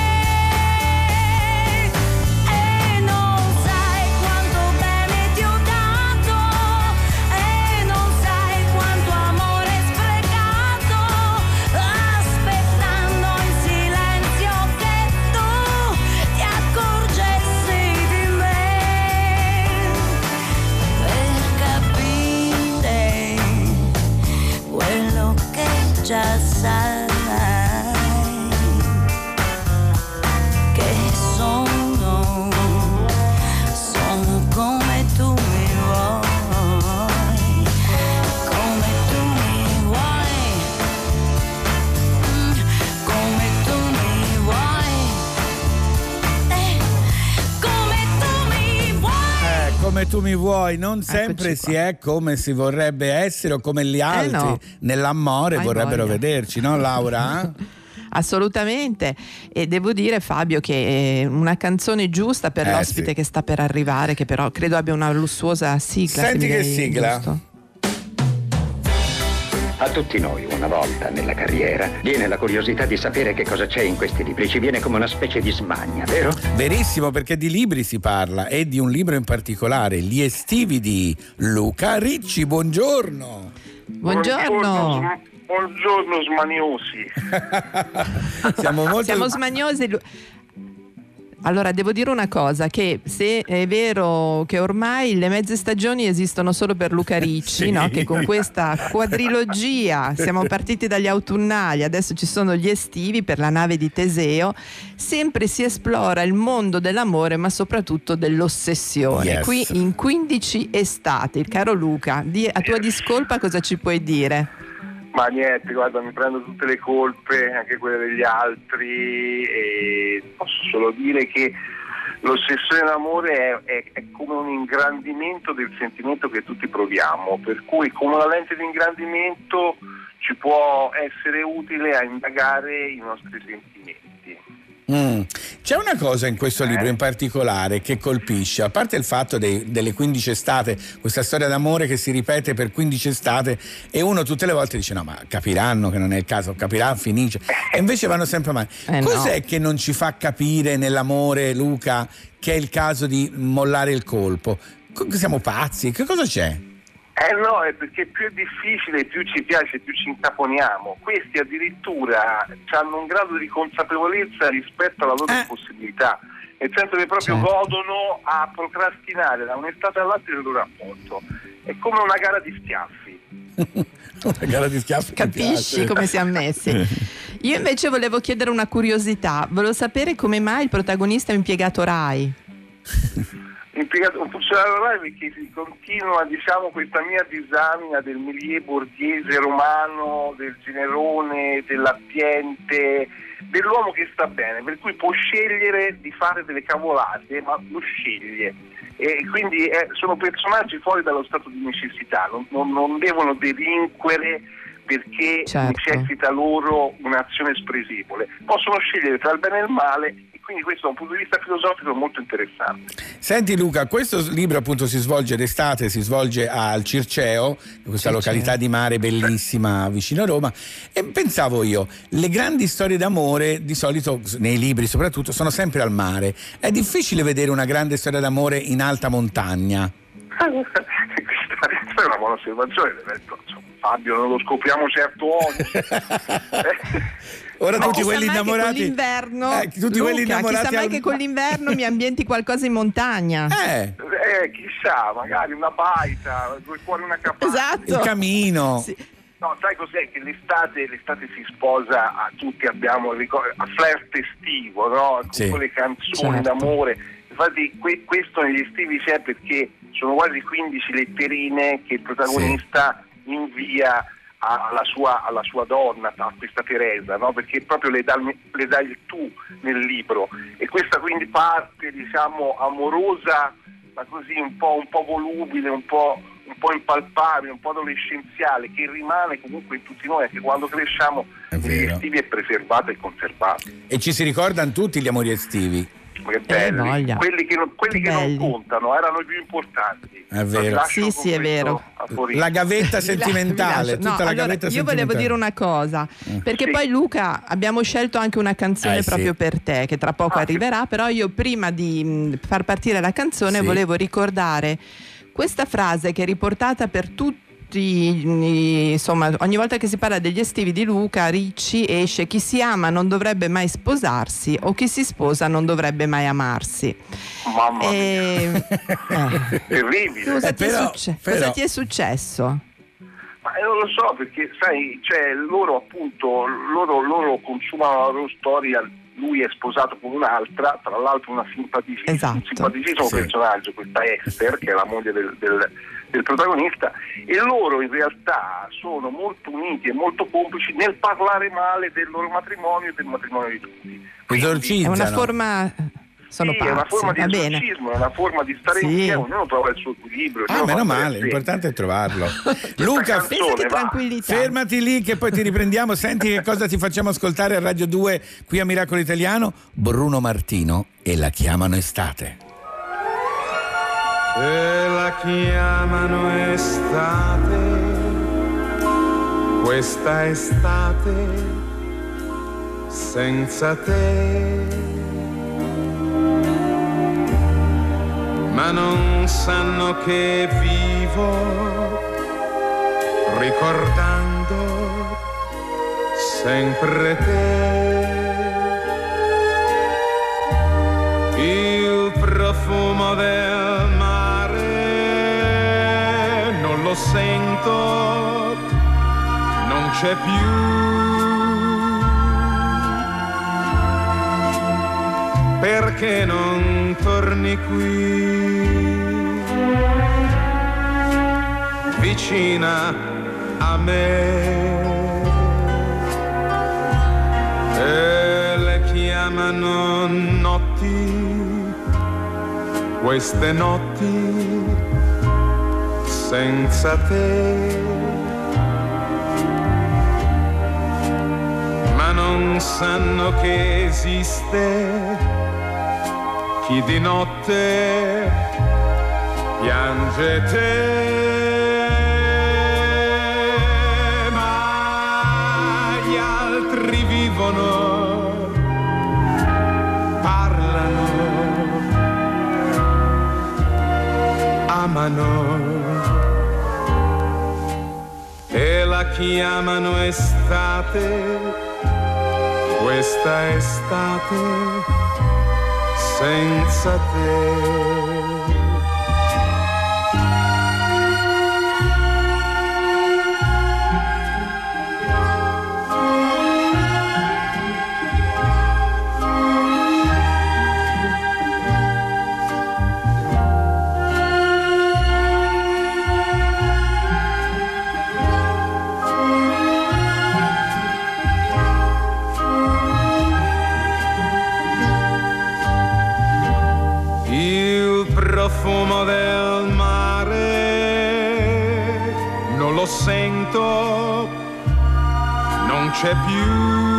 e non sai quanto bene ti ho dato e non sai quanto amore sprecato, aspettando in silenzio che tu ti accorgessi di me per capire quello che già sai, che sono, sono come tu mi vuoi, come tu mi vuoi, mm, come tu mi vuoi, eh, come tu mi vuoi. Eh, come tu mi vuoi, non sempre Eccoci si è come si vorrebbe essere o come gli altri no. nell'amore Hai vorrebbero voglia. vederci, no Laura? Assolutamente, e devo dire Fabio che è una canzone giusta per Eh, l'ospite sì. che sta per arrivare, che però credo abbia una lussuosa sigla. se Senti mi che dai sigla. giusto. A tutti noi, una volta nella carriera, viene la curiosità di sapere che cosa c'è in questi libri. Ci viene come una specie di smania, vero? Verissimo, perché di libri si parla e di un libro in particolare, Gli estivi di Luca Ricci. Buongiorno. Buongiorno. Buongiorno smaniosi. Siamo molto Siamo smagnosi. Lu- Allora, devo dire una cosa, che se è vero che ormai le mezze stagioni esistono solo per Luca Ricci, Sì. no? Che con questa quadrilogia siamo partiti dagli autunnali, adesso ci sono gli estivi per la nave di Teseo, sempre si esplora il mondo dell'amore, ma soprattutto dell'ossessione. Yes. Qui in quindici estati, caro Luca, di- a tua discolpa cosa ci puoi dire? Ma niente, guarda, mi prendo tutte le colpe, anche quelle degli altri, e posso solo dire che l'ossessione d'amore è, è, è come un ingrandimento del sentimento che tutti proviamo, per cui come una lente di ingrandimento ci può essere utile a indagare i nostri sentimenti. Mm. C'è una cosa in questo libro in particolare che colpisce, a parte il fatto dei, delle quindici estate, questa storia d'amore che si ripete per quindici estate e uno tutte le volte dice no ma capiranno che non è il caso, capiranno, finisce, e invece vanno sempre avanti. Eh, Cos'è no. che non ci fa capire nell'amore, Luca, che è il caso di mollare il colpo? Co- Siamo pazzi? Che cosa c'è? Eh no, è perché più è difficile, più ci piace, più ci incaponiamo. Questi addirittura hanno un grado di consapevolezza rispetto alla loro Eh. possibilità, nel senso che proprio Certo. godono a procrastinare da un'estate all'altra il loro rapporto. È come una gara di schiaffi. Una gara di schiaffi. mi Capisci piace. come siamo messi? Io invece volevo chiedere una curiosità, volevo sapere come mai il protagonista è un impiegato Rai. impiegato, un funzionario RAI perché si continua, diciamo, questa mia disamina del milieu borghese romano, del generone, dell'ambiente, dell'uomo che sta bene, per cui può scegliere di fare delle cavolate, ma lo sceglie. E quindi eh, sono personaggi fuori dallo stato di necessità, non, non, non devono delinquere perché certo. necessita loro un'azione spregevole, possono scegliere tra il bene e il male, e quindi questo da un punto di vista filosofico è molto interessante. Senti Luca, questo libro appunto si svolge d'estate, si svolge al Circeo, questa Circeo. località di mare bellissima vicino a Roma, e pensavo io, le grandi storie d'amore di solito nei libri soprattutto sono sempre al mare, è difficile vedere una grande storia d'amore in alta montagna? Questa è una buona osservazione, detto, insomma, Fabio, non lo scopriamo certo oggi. Ora Ma tutti chissà quelli mai che innamorati, con l'inverno, eh, tutti Luca, quelli innamorati chissà mai al- che con l'inverno mi ambienti qualcosa in montagna. Eh, Eh, chissà, magari una baita, due cuori una capanna. Esatto. il camino. Sì. No, sai cos'è? Che l'estate, l'estate si sposa, a tutti abbiamo il ricordo, a flirt estivo, no? Con Sì. quelle canzoni Certo. d'amore. Infatti que- questo negli estivi c'è perché sono quasi quindici letterine che il protagonista invia a- alla sua, alla sua donna, a questa Teresa, no? Perché proprio le dà, il- le dà il tu nel libro, e questa quindi parte, diciamo, amorosa, ma così un po', un po' volubile, un po', un po' impalpabile, un po' adolescenziale, che rimane comunque in tutti noi, anche quando cresciamo, È negli vero. estivi è preservata e conservata. E ci si ricordano tutti gli amori estivi. Che belli. voglia. Quelli che, non, quelli Che che non belli. contano erano i più importanti. È vero. Lascio Sì, con sì, è questo vero. aforisma. La gavetta Vi sentimentale, lascio. No, tutta la allora, gavetta io sentimentale. volevo dire una cosa, perché Sì. poi Luca abbiamo scelto anche una canzone Eh, sì. proprio per te, che tra poco Ah, arriverà, però io prima di mh, far partire la canzone Sì. volevo ricordare questa frase che è riportata per tutti, mh, insomma, ogni volta che si parla degli estivi di Luca Ricci esce: chi si ama non dovrebbe mai sposarsi, o chi si sposa non dovrebbe mai amarsi. Mamma mia, E... eh. terribile. Cosa, Eh, ti è però- succe- però- cosa ti è successo? Ma eh, non lo so, perché sai, cioè, loro appunto, loro, loro consumano la loro storia. Lui è sposato con un'altra, tra l'altro una simpaticissima, Esatto. un simpaticissimo Sì. personaggio, questa Esther, che è la moglie del, del- del protagonista, e loro in realtà sono molto uniti e molto complici nel parlare male del loro matrimonio e del matrimonio di tutti. Quindi, È Esorcizzano. una forma... Sono sì, è una pazzi, forma di va bene. esorcismo, è una forma di stare Sì. insieme, ognuno trova il suo equilibrio. Ah, ognuno meno fa per male, sé. l'importante è trovarlo. Luca, canzone Pensa che va. tranquillità. fermati lì che poi ti riprendiamo. Senti che cosa ti facciamo ascoltare a Radio due qui a Miracolo Italiano. Bruno Martino e La chiamano estate. E la chiamano estate, questa estate senza te, ma non sanno che vivo ricordando sempre te. Il profumo del mare non lo sento, non c'è più, perché non torni qui vicina a me. E le chiamano notti, queste notti senza te, ma non sanno che esiste chi di notte piange te, ma gli altri vivono, parlano, amano e la chiamano estate, questa estate senza te. lo sento, non c'è più.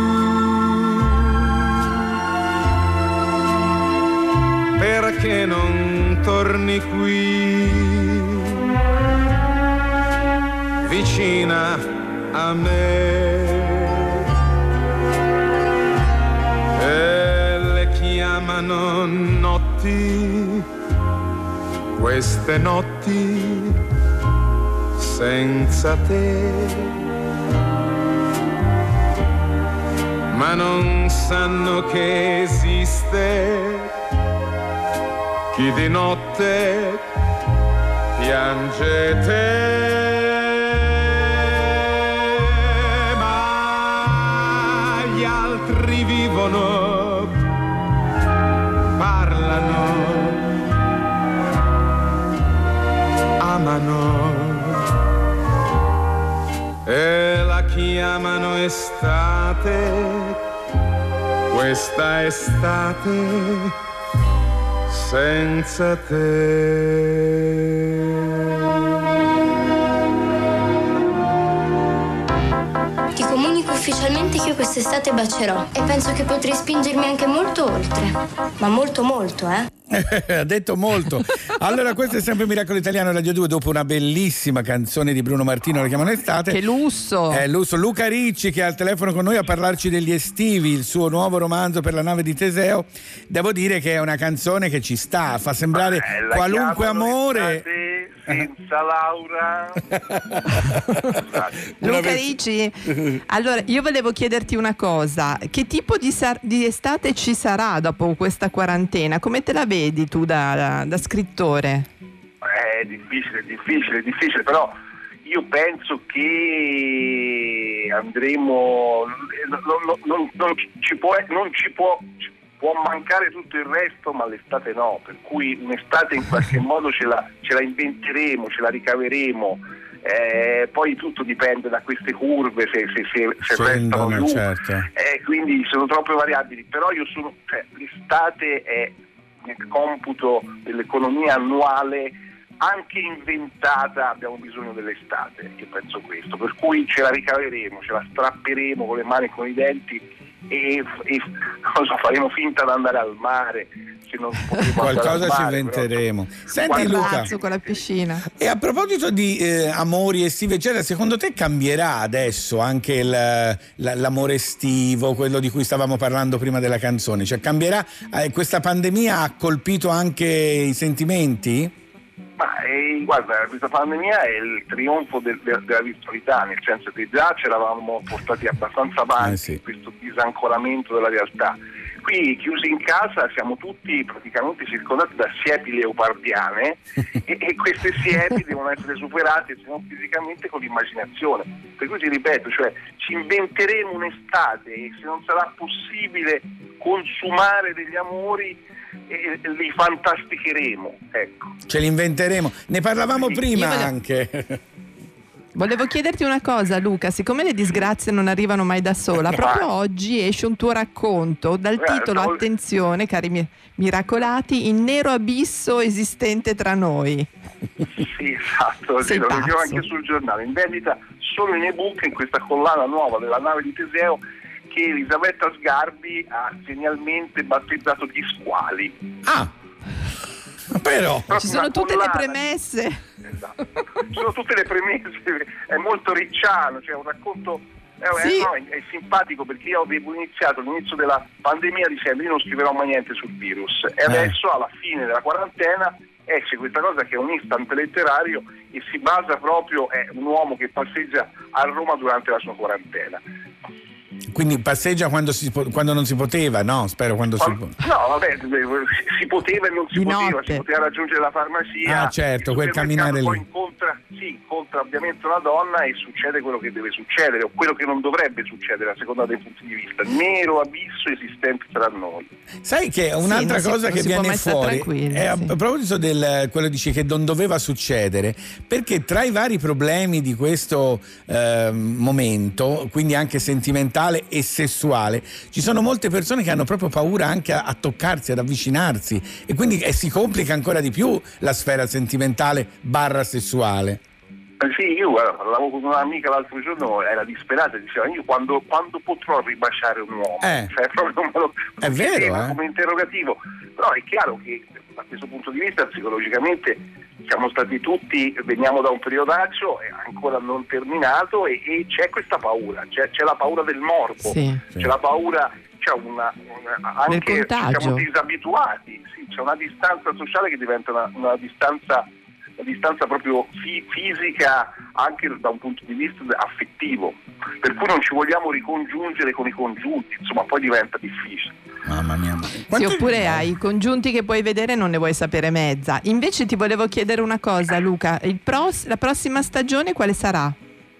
Perché non torni qui, vicina a me? E le chiamano notti, queste notti senza te, ma non sanno che esiste chi di notte piange te. Ma gli altri vivono, parlano, amano e la chiamano estate, questa estate senza te. Ti comunico ufficialmente che io quest'estate bacerò e penso che potrei spingermi anche molto oltre, ma molto molto, eh? Ha detto molto. Allora, questo è sempre Miracolo Italiano Radio due, dopo una bellissima canzone di Bruno Martino, la chiamano Estate. Che lusso! È lusso. Luca Ricci, che è al telefono con noi a parlarci degli Estivi, il suo nuovo romanzo per la nave di Teseo. Devo dire che è una canzone che ci sta, fa sembrare eh, qualunque amore. Senza Laura. Luca Ricci, allora io volevo chiederti una cosa: che tipo di, sar- di estate ci sarà dopo questa quarantena? Come te la vedi tu da, da, da scrittore? È difficile, difficile, difficile, però io penso che andremo, non, non, non, non ci può, non ci può, ci può mancare tutto il resto, ma l'estate no, per cui un'estate in qualche modo ce la, ce la inventeremo, ce la ricaveremo. Eh, poi tutto dipende da queste curve, se, se, se, se restano giù, certo. eh, quindi sono troppe variabili, però io sono, cioè, l'estate è nel computo dell'economia annuale anche inventata, abbiamo bisogno dell'estate, io penso questo, per cui ce la ricaveremo, ce la strapperemo con le mani e con i denti e, e cosa, faremo finta di andare al mare. Se non qualcosa mare, ci inventeremo. Però... Senti Luca, con la piscina. E a proposito di eh, amori estivi eccetera, secondo te cambierà adesso anche il, la, l'amore estivo, quello di cui stavamo parlando prima della canzone? Cioè cambierà? Eh, questa pandemia ha colpito anche i sentimenti? Ma eh, guarda, questa pandemia è il trionfo del, del, della virtualità, nel senso che già ci eravamo portati abbastanza avanti, eh sì. questo disancoramento della realtà. Qui chiusi in casa siamo tutti praticamente circondati da siepi leopardiane e, e queste siepi devono essere superate, se non fisicamente, con l'immaginazione. Per cui ti ripeto, cioè ci inventeremo un'estate e se non sarà possibile consumare degli amori e li fantasticheremo, ecco. Ce li inventeremo. Ne parlavamo sì, prima volevo... anche. Volevo chiederti una cosa, Luca, siccome le disgrazie non arrivano mai da sola, proprio oggi esce un tuo racconto dal titolo, attenzione cari mi- miracolati, Il nero abisso esistente tra noi. Sì, esatto, sì, Sei lo pazzo. leggevo anche sul giornale, in vendita solo in ebook in questa collana nuova della nave di Teseo che Elisabetta Sgarbi ha genialmente battezzato Gli Squali. Ah, però ci sono tutte le premesse. Esatto. Ci sono tutte le premesse, è molto ricciano, cioè un racconto eh, Sì. eh, no, è, è simpatico perché io avevo iniziato all'inizio della pandemia dicendo io non scriverò mai niente sul virus e adesso alla fine della quarantena esce questa cosa che è un instant letterario e si basa proprio, è un uomo che passeggia a Roma durante la sua quarantena. quindi passeggia quando, si, quando non si poteva, no? Spero quando si No, vabbè, si poteva e non si Di poteva, notte. si poteva raggiungere la farmacia. Ah, certo, il quel supermercato, camminare poi lì. incontra, sì, incontra ovviamente una donna e succede quello che deve succedere o quello che non dovrebbe succedere a seconda dei punti di vista. Nero abisso esistente tra noi. Sai che un'altra Sì, non cosa si- non che si può viene mai stare fuori tranquilli, è a, sì. a proposito del quello dici che non doveva succedere, perché tra i vari problemi di questo eh, momento, quindi anche sentimentale e sessuale, ci sono molte persone che hanno proprio paura anche a, a toccarsi, ad avvicinarsi, e quindi eh, si complica ancora di più la sfera sentimentale barra sessuale. Eh sì, io guarda, parlavo con un'amica l'altro giorno, era disperata, diceva io quando, quando potrò ribaciare un uomo? Eh. Cioè, proprio me lo, È vero, eh? come interrogativo. Però è chiaro che da questo punto di vista psicologicamente siamo stati tutti, veniamo da un periodaccio ancora non terminato e, e c'è questa paura, c'è, c'è la paura del morbo, Sì. c'è la paura, c'è una, una anche contagio. siamo disabituati, sì, c'è una distanza sociale che diventa una, una distanza una distanza proprio fi- fisica anche da un punto di vista affettivo, per cui non ci vogliamo ricongiungere con i congiunti, insomma poi diventa difficile. Mamma mia. Sì, oppure hai i congiunti che puoi vedere e non ne vuoi sapere mezza. Invece ti volevo chiedere una cosa, Luca, il pros- la prossima stagione quale sarà?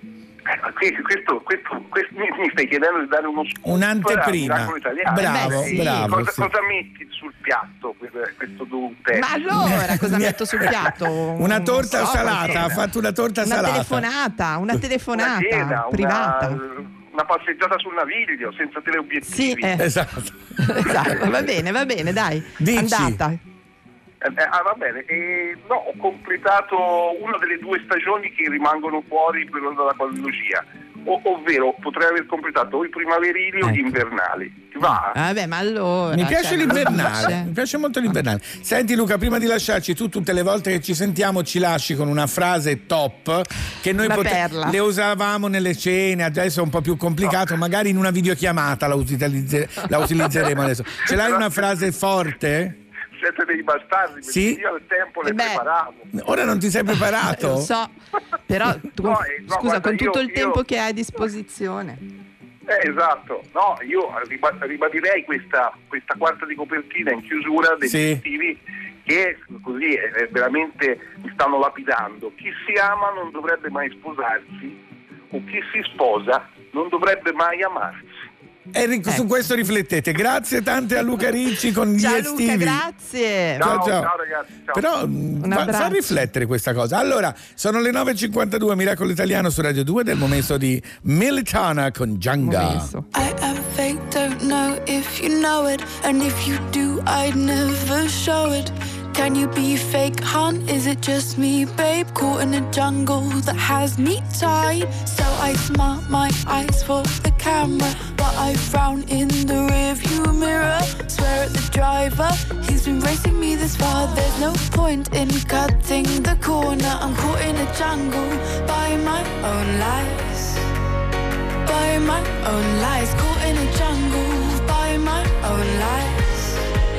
Eh, questo, questo, questo mi, mi stai chiedendo di dare uno scoop Un'anteprima. a Miracolo Italiano. Bravo, Eh, sì. bravo, Cosa, sì. cosa metti sul piatto per questo dunque? Ma allora cosa metto sul piatto? Una torta Non so, salata, ha fatto una torta una salata. telefonata, una telefonata Una cena, privata. Una, una passeggiata sul naviglio senza teleobiettivi. Sì, eh. Esatto. Esatto, va bene, va bene, dai. Dici. Andata. Eh, ah, va bene, e, no, ho completato una delle due stagioni che rimangono fuori per la quadrilogia, o, ovvero potrei aver completato o i primaverili o gli invernali. Ti va? Vabbè, ma allora Mi piace cioè, l'invernale, non mi piace molto l'invernale. Senti Luca, prima di lasciarci, tu tutte le volte che ci sentiamo ci lasci con una frase top che noi Una pote- perla. le usavamo nelle cene, adesso è un po' più complicato, magari in una videochiamata la, utilizze- la utilizzeremo adesso. Ce l'hai una frase forte? Siete dei bastardi, perché Sì? io al tempo le Eh beh. preparavo. Ora non ti sei preparato? Lo so, però tu- No, eh, no, scusa, guarda, con tutto io- il io- tempo che hai a disposizione. Eh, esatto, no, io riba- ribadirei questa, questa quarta di copertina in chiusura degli Sì. estivi che così eh, veramente mi stanno lapidando. Chi si ama non dovrebbe mai sposarsi, o chi si sposa non dovrebbe mai amarsi. Enrico, su questo riflettete. Grazie tante a Luca Ricci con gli Ciao estivi. Luca, grazie. Ciao, ciao ragazzi, ciao. Però mh, Un fa, abbraccio. fa riflettere questa cosa. Allora, sono le nove e cinquantadue, Miracolo Italiano su Radio due, del momento di Militana con Django. I am fake, don't know if you know it. And if you do, I'd never show it. Can you be fake, hun? Is it just me, babe? Caught in a jungle that has me tied. So I smart my eyes for the camera, but I frown in the rearview mirror. Swear at the driver, he's been racing me this far. There's no point in cutting the corner. I'm caught in a jungle by my own lies. By my own lies, caught in a jungle by my own lies.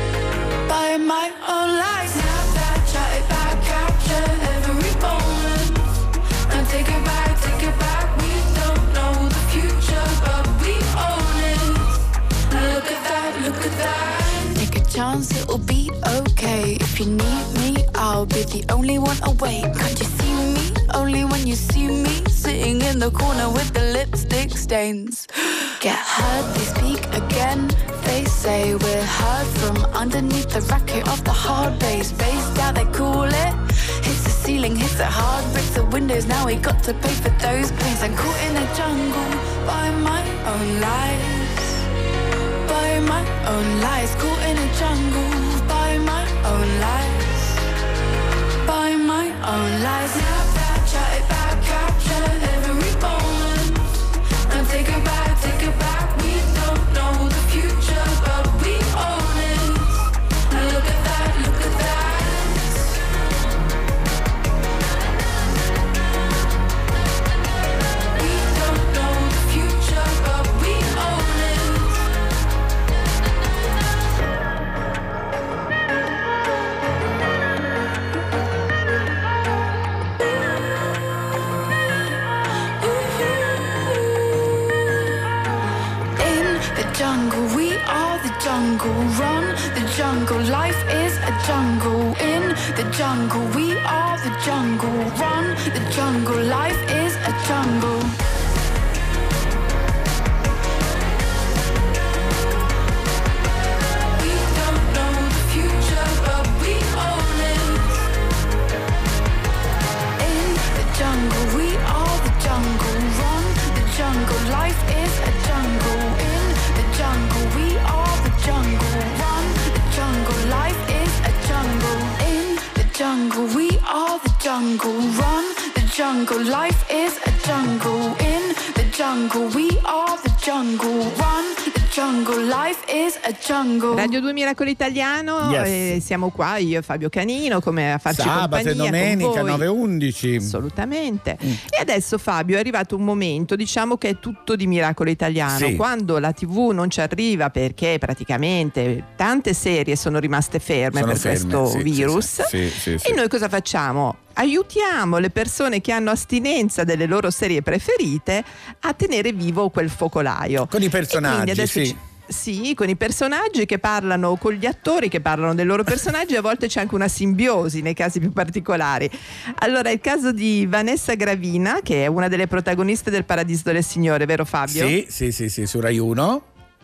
By my own lies. Snapchat, chat it back, capture every moment. And take it back, take it back. We don't know the future, but we own it. Look at that, look at that. Take a chance, it'll be okay. If you need me, I'll be the only one awake. Can't you see me? Only when you see me sitting in the corner with the lipstick stains. Get hurt, they speak again. They say we're hurt from underneath the racket of the hard bass. Bass down, they call it. Hits the ceiling, hits it hard, breaks the windows. Now we got to pay for those pains. I'm caught in a jungle by my own lies. By my own lies, caught in a jungle by my own lies. By my own lies. Snapchat, chat it back, capture every moment. And take it back, take it back. We don't know the future, but we own it. Look at that, look at that. We don't know the future, but we own it. Jungle, we are the jungle. Run the jungle, life is a jungle. In the jungle, we are the jungle. Run the jungle, life is a jungle. We don't know the future, but we own it. In the jungle, we are the jungle. Run the jungle, life is a jungle. In the jungle, we are the jungle. Run the jungle, life is a jungle. In the jungle, we are the jungle. Run the jungle, life is a jungle. In the jungle, we are the jungle. Run the jungle, life is a jungle. Radio due Miracolo Italiano, Yes. eh, siamo qua, io e Fabio Canino, come a farci Sabato e compagnia domenica con voi. nove e undici. Assolutamente. Mm. E adesso, Fabio, è arrivato un momento, diciamo che è tutto di Miracolo Italiano, Sì. quando la tivù non ci arriva perché praticamente tante serie sono rimaste ferme Sono per ferme, questo sì, virus. sì, sì, sì, sì. E noi cosa facciamo? Aiutiamo le persone che hanno astinenza delle loro serie preferite a tenere vivo quel focolaio. Con i E personaggi, quindi adesso sì. ci- Sì, con i personaggi che parlano, con gli attori che parlano dei loro personaggi, a volte c'è anche una simbiosi nei casi più particolari. Allora, il caso di Vanessa Gravina, che è una delle protagoniste del Paradiso delle Signore, vero Fabio? Sì, sì, sì, sì, su Rai uno.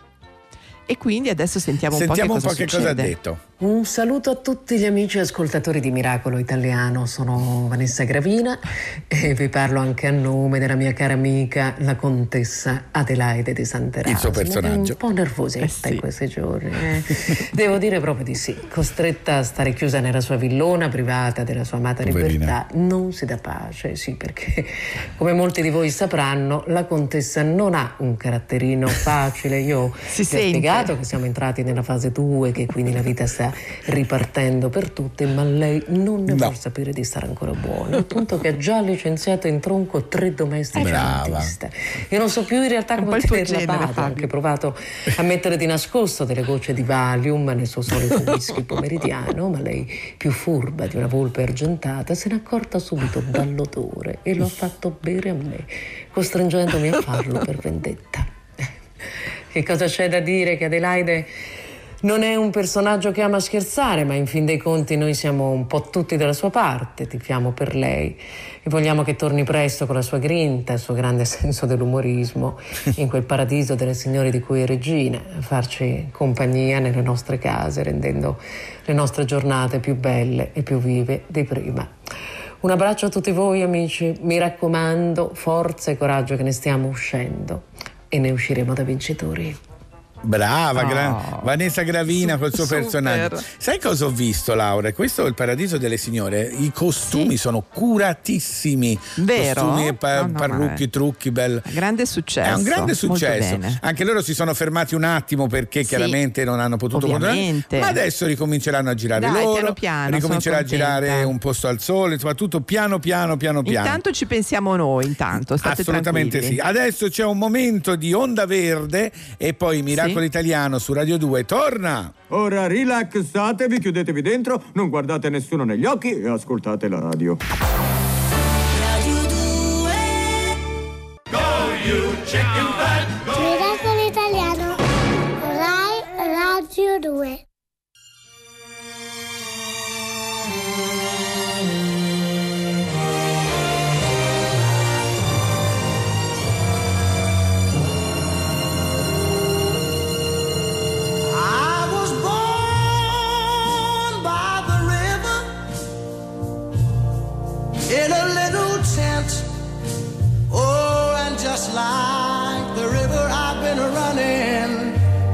E quindi adesso sentiamo, Sentiamo un un po' po' che che cosa cosa ha succede. detto. Un saluto a tutti gli amici ascoltatori di Miracolo Italiano, sono Vanessa Gravina e vi parlo anche a nome della mia cara amica, la contessa Adelaide di Sant'Erasmo. Il suo personaggio. Un po' nervosetta Eh sì. in questi giorni. eh. Devo dire proprio di sì, costretta a stare chiusa nella sua villona privata della sua amata Poverina. libertà, non si dà pace, sì, perché come molti di voi sapranno, la contessa non ha un caratterino facile. Io Si vi ho sente. spiegato che siamo entrati nella fase due, che quindi la vita sta ripartendo per tutte, ma lei non ne No. vuol sapere di stare ancora buona, al punto che ha già licenziato in tronco tre domestici Brava. dentiste. Io non so più in realtà Un po' come il tuo tenerla a genere, bada, ho Fabio. anche provato a mettere di nascosto delle gocce di Valium nel suo solito whisky pomeridiano, ma lei, più furba di una volpe argentata, se n'è accorta subito dall'odore e lo ha fatto bere a me, costringendomi a farlo per vendetta. Che cosa c'è da dire? Che Adelaide non è un personaggio che ama scherzare, ma in fin dei conti noi siamo un po' tutti dalla sua parte, tifiamo per lei e vogliamo che torni presto con la sua grinta, il suo grande senso dell'umorismo in quel paradiso delle signore di cui è regina, a farci compagnia nelle nostre case, rendendo le nostre giornate più belle e più vive di prima. Un abbraccio a tutti voi amici, mi raccomando, forza e coraggio che ne stiamo uscendo e ne usciremo da vincitori. Brava, Oh. gra- Vanessa Gravina col suo Super. personaggio. Sai cosa ho visto, Laura? Questo è il Paradiso delle Signore. I costumi Sì. sono curatissimi. Vero? Costumi e pa- No, no, parrucchi, ma- trucchi, bello. Grande successo. È un grande molto successo. bene. Anche loro si sono fermati un attimo perché Sì, chiaramente non hanno potuto ovviamente. continuare. Ma adesso ricominceranno a girare Dai, loro. piano piano, ricomincerà a sono girare contenta. Un posto al sole, insomma, tutto piano piano piano piano. Intanto ci pensiamo noi, intanto, state Assolutamente tranquilli. sì. Adesso c'è un momento di Onda Verde e poi Miracolo Sì. Italiano su Radio due torna. Ora rilassatevi, chiudetevi dentro, non guardate nessuno negli occhi e ascoltate la radio. Miracolo Italiano, Rai Radio due. I was born by the river in a little tent. Oh, and just like the river, I've been running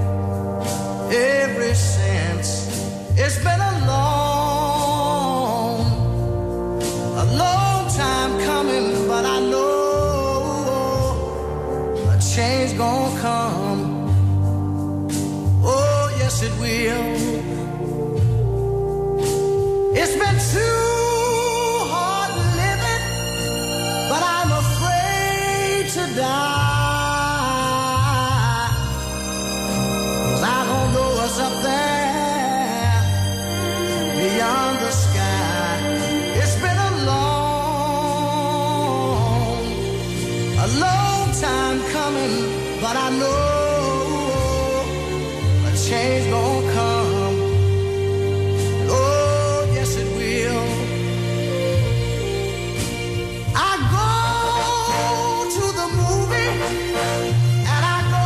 ever since. It's been a long, a long time coming, but I know a change gonna come. Oh, yes, it will. It's been too hard living, but I'm afraid to die. 'Cause I don't know what's up there beyond the sky. It's been a long, a long time coming, but I know change gonna come. Oh, yes it will. I go to the movie and I go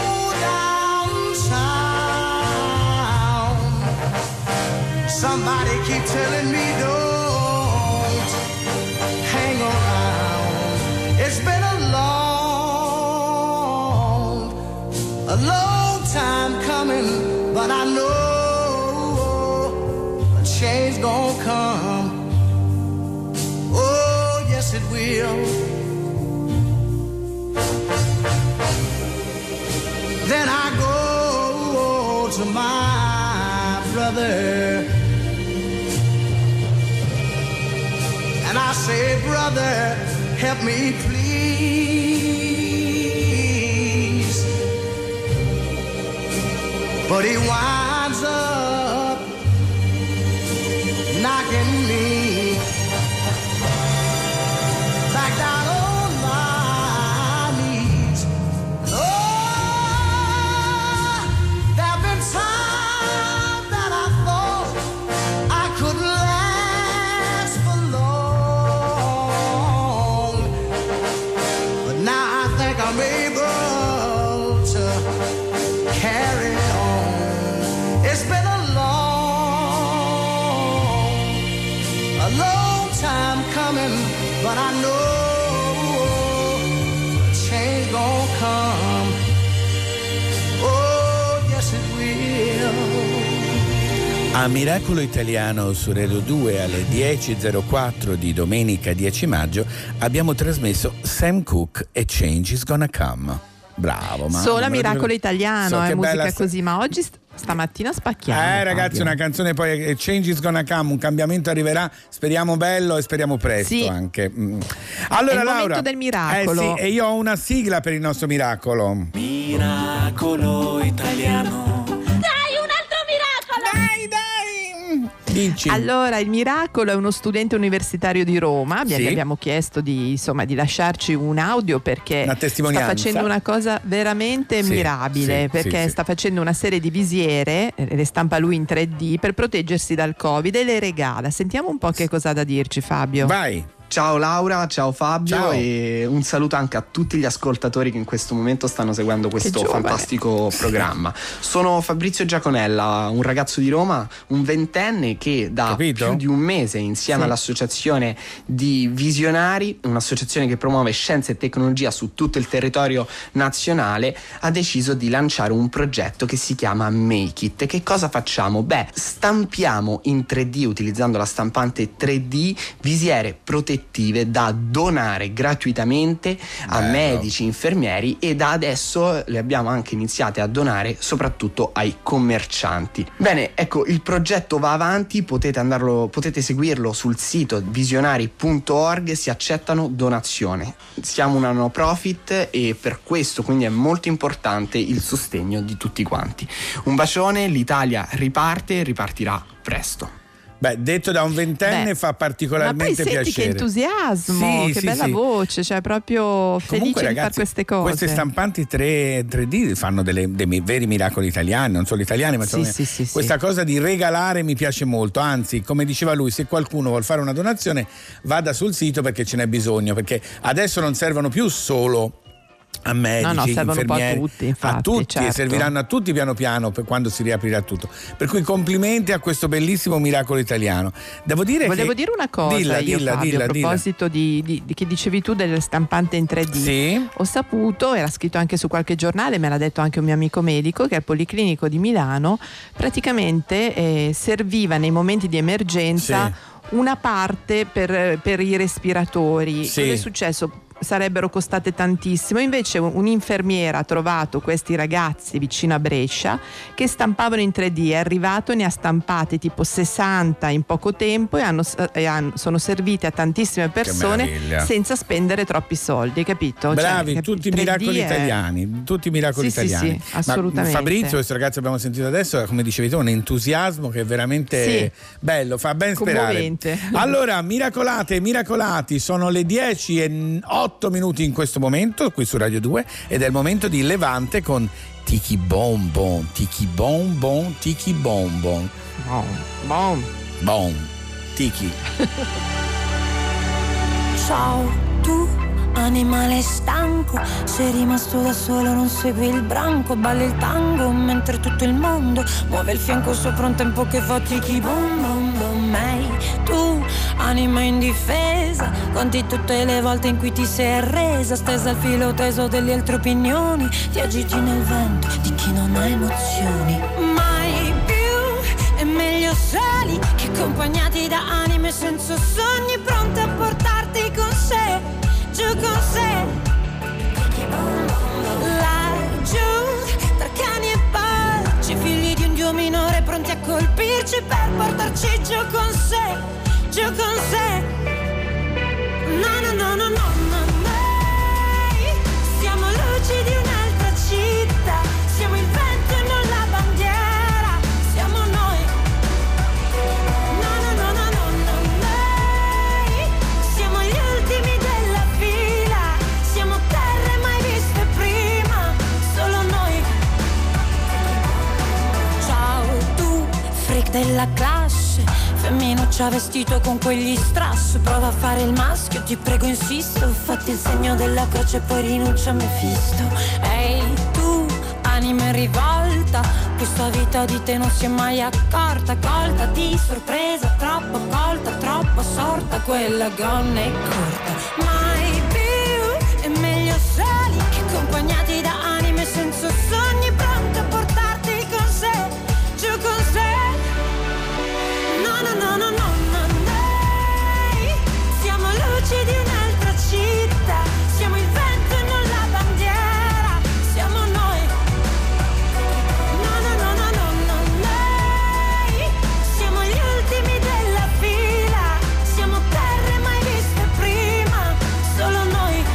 downtown. Somebody keep telling me don't hang around. It's been a long, a long time coming, but I know a change gonna come. will. Then I go to my brother and I say, brother, help me please. But he winds up knocking me back down on my knees. Oh, there've been times that I thought I could last for long, but now I think I'm able to carry on. It's been a long, a long time coming, but I know change gon' come. Oh, yes it will. A Miracolo Italiano su Radio due alle dieci e zero quattro di domenica dieci maggio abbiamo trasmesso Sam Cooke e Change is Gonna Come. Bravo, ma solo a Miracolo Italiano, so, è che musica bella sta- così, ma oggi st- stamattina spacchiamo. Eh ragazzi, Fabio. una canzone poi eh, Change is Gonna Come, un cambiamento arriverà, speriamo bello e speriamo presto Sì. anche. Mm. Allora È il Laura, momento del miracolo. Eh sì, e io ho una sigla per il nostro miracolo. Miracolo italiano. Dai, un altro miracolo! Dai, dai! Dici. Allora, il miracolo è uno studente universitario di Roma. Gli Sì. abbiamo chiesto di, insomma, di lasciarci un audio perché Una sta testimonianza. facendo una cosa veramente Sì, mirabile, sì, perché sì, sì. sta facendo una serie di visiere, eh, le stampa lui in tre D per proteggersi dal Covid e le regala. Sentiamo un po' che cosa ha da dirci, Fabio. Vai. Ciao Laura, ciao Fabio Ciao. e un saluto anche a tutti gli ascoltatori che in questo momento stanno seguendo questo giovane. fantastico programma. Sono Fabrizio Giaconella, un ragazzo di Roma, un ventenne che da Capito? più di un mese insieme Sì. all'associazione di Visionari, un'associazione che promuove scienza e tecnologia su tutto il territorio nazionale, ha deciso di lanciare un progetto che si chiama Make It. Che cosa facciamo? Beh, stampiamo in tre D utilizzando la stampante tre D visiere protettive da donare gratuitamente a Bello. medici, infermieri e da adesso le abbiamo anche iniziate a donare soprattutto ai commercianti. Bene, ecco, il progetto va avanti, potete andarlo, potete seguirlo sul sito visionari punto org, si accettano donazioni. Siamo una no profit e per questo quindi è molto importante il sostegno di tutti quanti. Un bacione, l'Italia riparte, ripartirà presto. Beh, detto da un ventenne Beh, fa Ma poi particolarmente senti piacere. che entusiasmo, Sì, che sì, bella sì. voce, cioè proprio felice Comunque, di ragazzi, fare queste cose. Queste stampanti tre D fanno delle, dei mi- veri miracoli italiani, non solo italiani, ma Sì, insomma, sì, sì, questa sì. cosa di regalare mi piace molto. Anzi, come diceva lui, se qualcuno vuol fare una donazione, vada sul sito perché ce n'è bisogno, perché adesso non servono più solo a medici, No, no, servono un po' a infermieri, tutti, infatti, a tutti certo. e serviranno a tutti piano piano per quando si riaprirà tutto. Per cui complimenti a questo bellissimo miracolo italiano. Devo dire Volevo che... dire una cosa dilla, io dilla, Fabio, dilla, a dilla. proposito di, di, di che dicevi tu delle stampante in tre D. Sì. Ho saputo, era scritto anche su qualche giornale, me l'ha detto anche un mio amico medico, che al Policlinico di Milano praticamente eh, serviva nei momenti di emergenza Sì. una parte per, per i respiratori. Sì. Cosa è successo? Sarebbero costate tantissimo, invece un- un'infermiera ha trovato questi ragazzi vicino a Brescia che stampavano in tre D, è arrivato, ne ha stampati tipo sessanta in poco tempo e, hanno, e hanno- sono serviti a tantissime persone meraviglia. senza spendere troppi soldi, capito? Bravi, Cioè, tutti il tre D miracoli è- italiani, tutti miracoli Sì, sì, italiani. sì, assolutamente. Ma Fabrizio, questo ragazzo che abbiamo sentito adesso, come dicevi tu, un entusiasmo che è veramente Sì. bello, fa ben sperare. Commovente. Allora, miracolate e miracolati, sono le dieci e otto minuti in questo momento qui su Radio due ed è il momento di Levante con Tiki Bom Bom, Tiki Bom Bom, Tiki Bom Bom. Bom, bom. Bom, Tiki. Ciao, tu animale stanco, sei rimasto da solo, non segui il branco, balli il tango mentre tutto il mondo muove il fianco sopra un tempo che fa tiki bom bom bom. Ehi, tu anima indifesa, conti tutte le volte in cui ti sei arresa, stesa al filo teso delle altre opinioni, ti agiti nel vento di chi non ha emozioni. Mai più è meglio soli che accompagnati da anime senza sogni pronte a portarti con sé. per portarci giù con sé, giù con sé. No, no, no, no, no, no, noi siamo luci di un'altra città, siamo il vento e non la bandiera, siamo noi. No, no, no, no, no, no, noi siamo gli ultimi della fila, siamo terre mai viste prima, solo noi. Ciao tu, freak della classe, femminuccia vestito con quegli strass, prova a fare il maschio, ti prego insisto, fatti il segno della croce e poi rinuncia a Mefisto. Ehi tu, anima in rivolta, questa vita di te non si è mai accorta, colta di sorpresa, troppo colta, troppo sorta, quella gonna è corta. Mai più, è meglio soli che accompagnati da anime senza sogni, pronte a portarti con sé, giù con sé. No, no, no, no, no, no, noi siamo luci di un'altra città, siamo il vento e non la bandiera, siamo noi. No, no, no, no, no, no, noi siamo gli ultimi della fila, siamo terre mai viste prima, solo noi.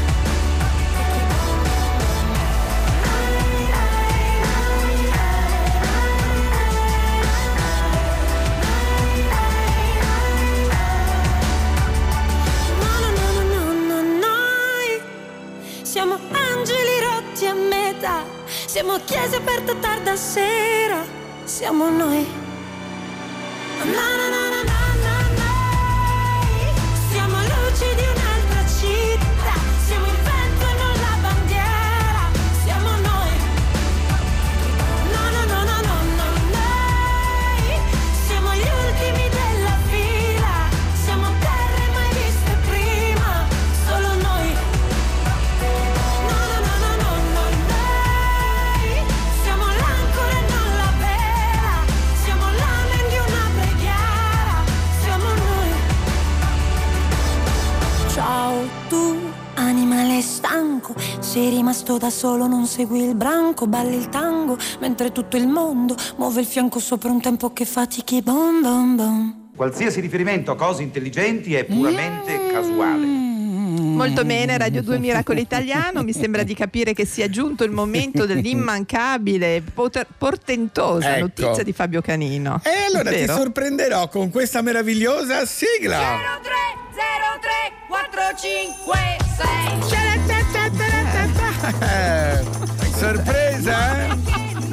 Siamo angeli rotti a metà, siamo chiese aperte tarda sera, siamo noi. No, no, no, no, no, no, noi siamo luci di un'altra città, siamo il vento e non la bandiera, siamo noi. No, no, no, no, no, no, noi siamo gli ultimi della fila, siamo terre mai viste prima, solo noi. Siamo l'ancora e non la vela, siamo l'amen di una preghiera, siamo noi. Ciao tu, animale stanco, sei rimasto da solo, non segui il branco, balli il tango, mentre tutto il mondo muove il fianco sopra un tempo che fatichi, bom bom bom. Qualsiasi riferimento a cose intelligenti è puramente casuale. Molto bene, Radio due Miracolo Italiano. Mi sembra di capire che sia giunto il momento dell'immancabile, poter- portentosa Ecco. notizia di Fabio Canino. E allora Vero? ti sorprenderò con questa meravigliosa sigla. zero tre zero tre quattro cinque sei. Eh, sorpresa, eh?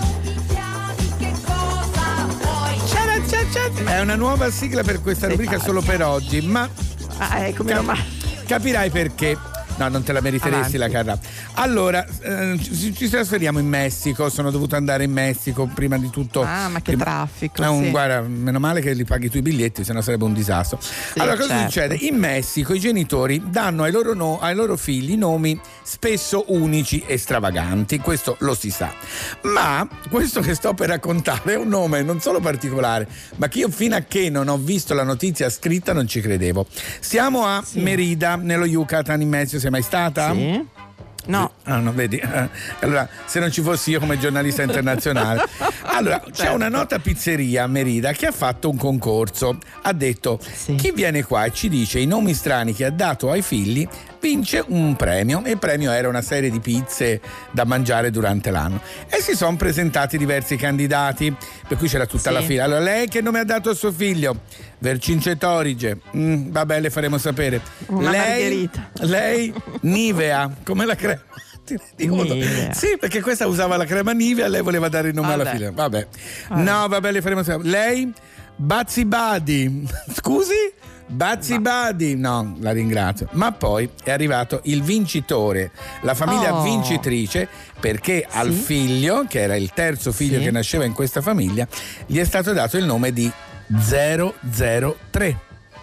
È una nuova sigla per questa rubrica solo per oggi, ma ah, ecco, meno male. Capirai perché. No, non te la meriteresti. Avanti. La carra. Allora, eh, ci, ci trasferiamo in Messico. Sono dovuto andare in Messico prima di tutto. Ah, ma che prima, traffico. È un, sì. Guarda, meno male che li paghi tu i biglietti, sennò sarebbe un disastro. Sì, allora, cosa certo. succede? In Messico i genitori danno ai loro, no, ai loro figli nomi spesso unici e stravaganti. Questo lo si sa. Ma questo che sto per raccontare è un nome non solo particolare, ma che io fino a che non ho visto la notizia scritta non ci credevo. Siamo a sì. Merida, nello Yucatan in Messico. Sei mai stata? Sì. No. Ah, no, vedi? Allora, se non ci fossi io come giornalista internazionale. Allora, certo. C'è una nota pizzeria a Merida che ha fatto un concorso. Ha detto, sì. Chi viene qua e ci dice i nomi strani che ha dato ai figli vince un premio. E il premio era una serie di pizze da mangiare durante l'anno. E si sono presentati diversi candidati, per cui c'era tutta sì. la fila. Allora, lei che nome ha dato a suo figlio? Vercingetorige. Mm, vabbè, le faremo sapere. Una lei, margherita. Lei Nivea, come la crema. Nivea. Sì, perché questa usava la crema Nivea e lei voleva dare il nome vabbè. alla figlia. Vabbè. vabbè. No, vabbè, le faremo sapere. Lei Bazzi Badi. Scusi? Bazzi Badi, no, la ringrazio. Ma poi è arrivato il vincitore, la famiglia oh. vincitrice, perché sì? al figlio, che era il terzo figlio sì. che nasceva in questa famiglia, gli è stato dato il nome di zero zero tre.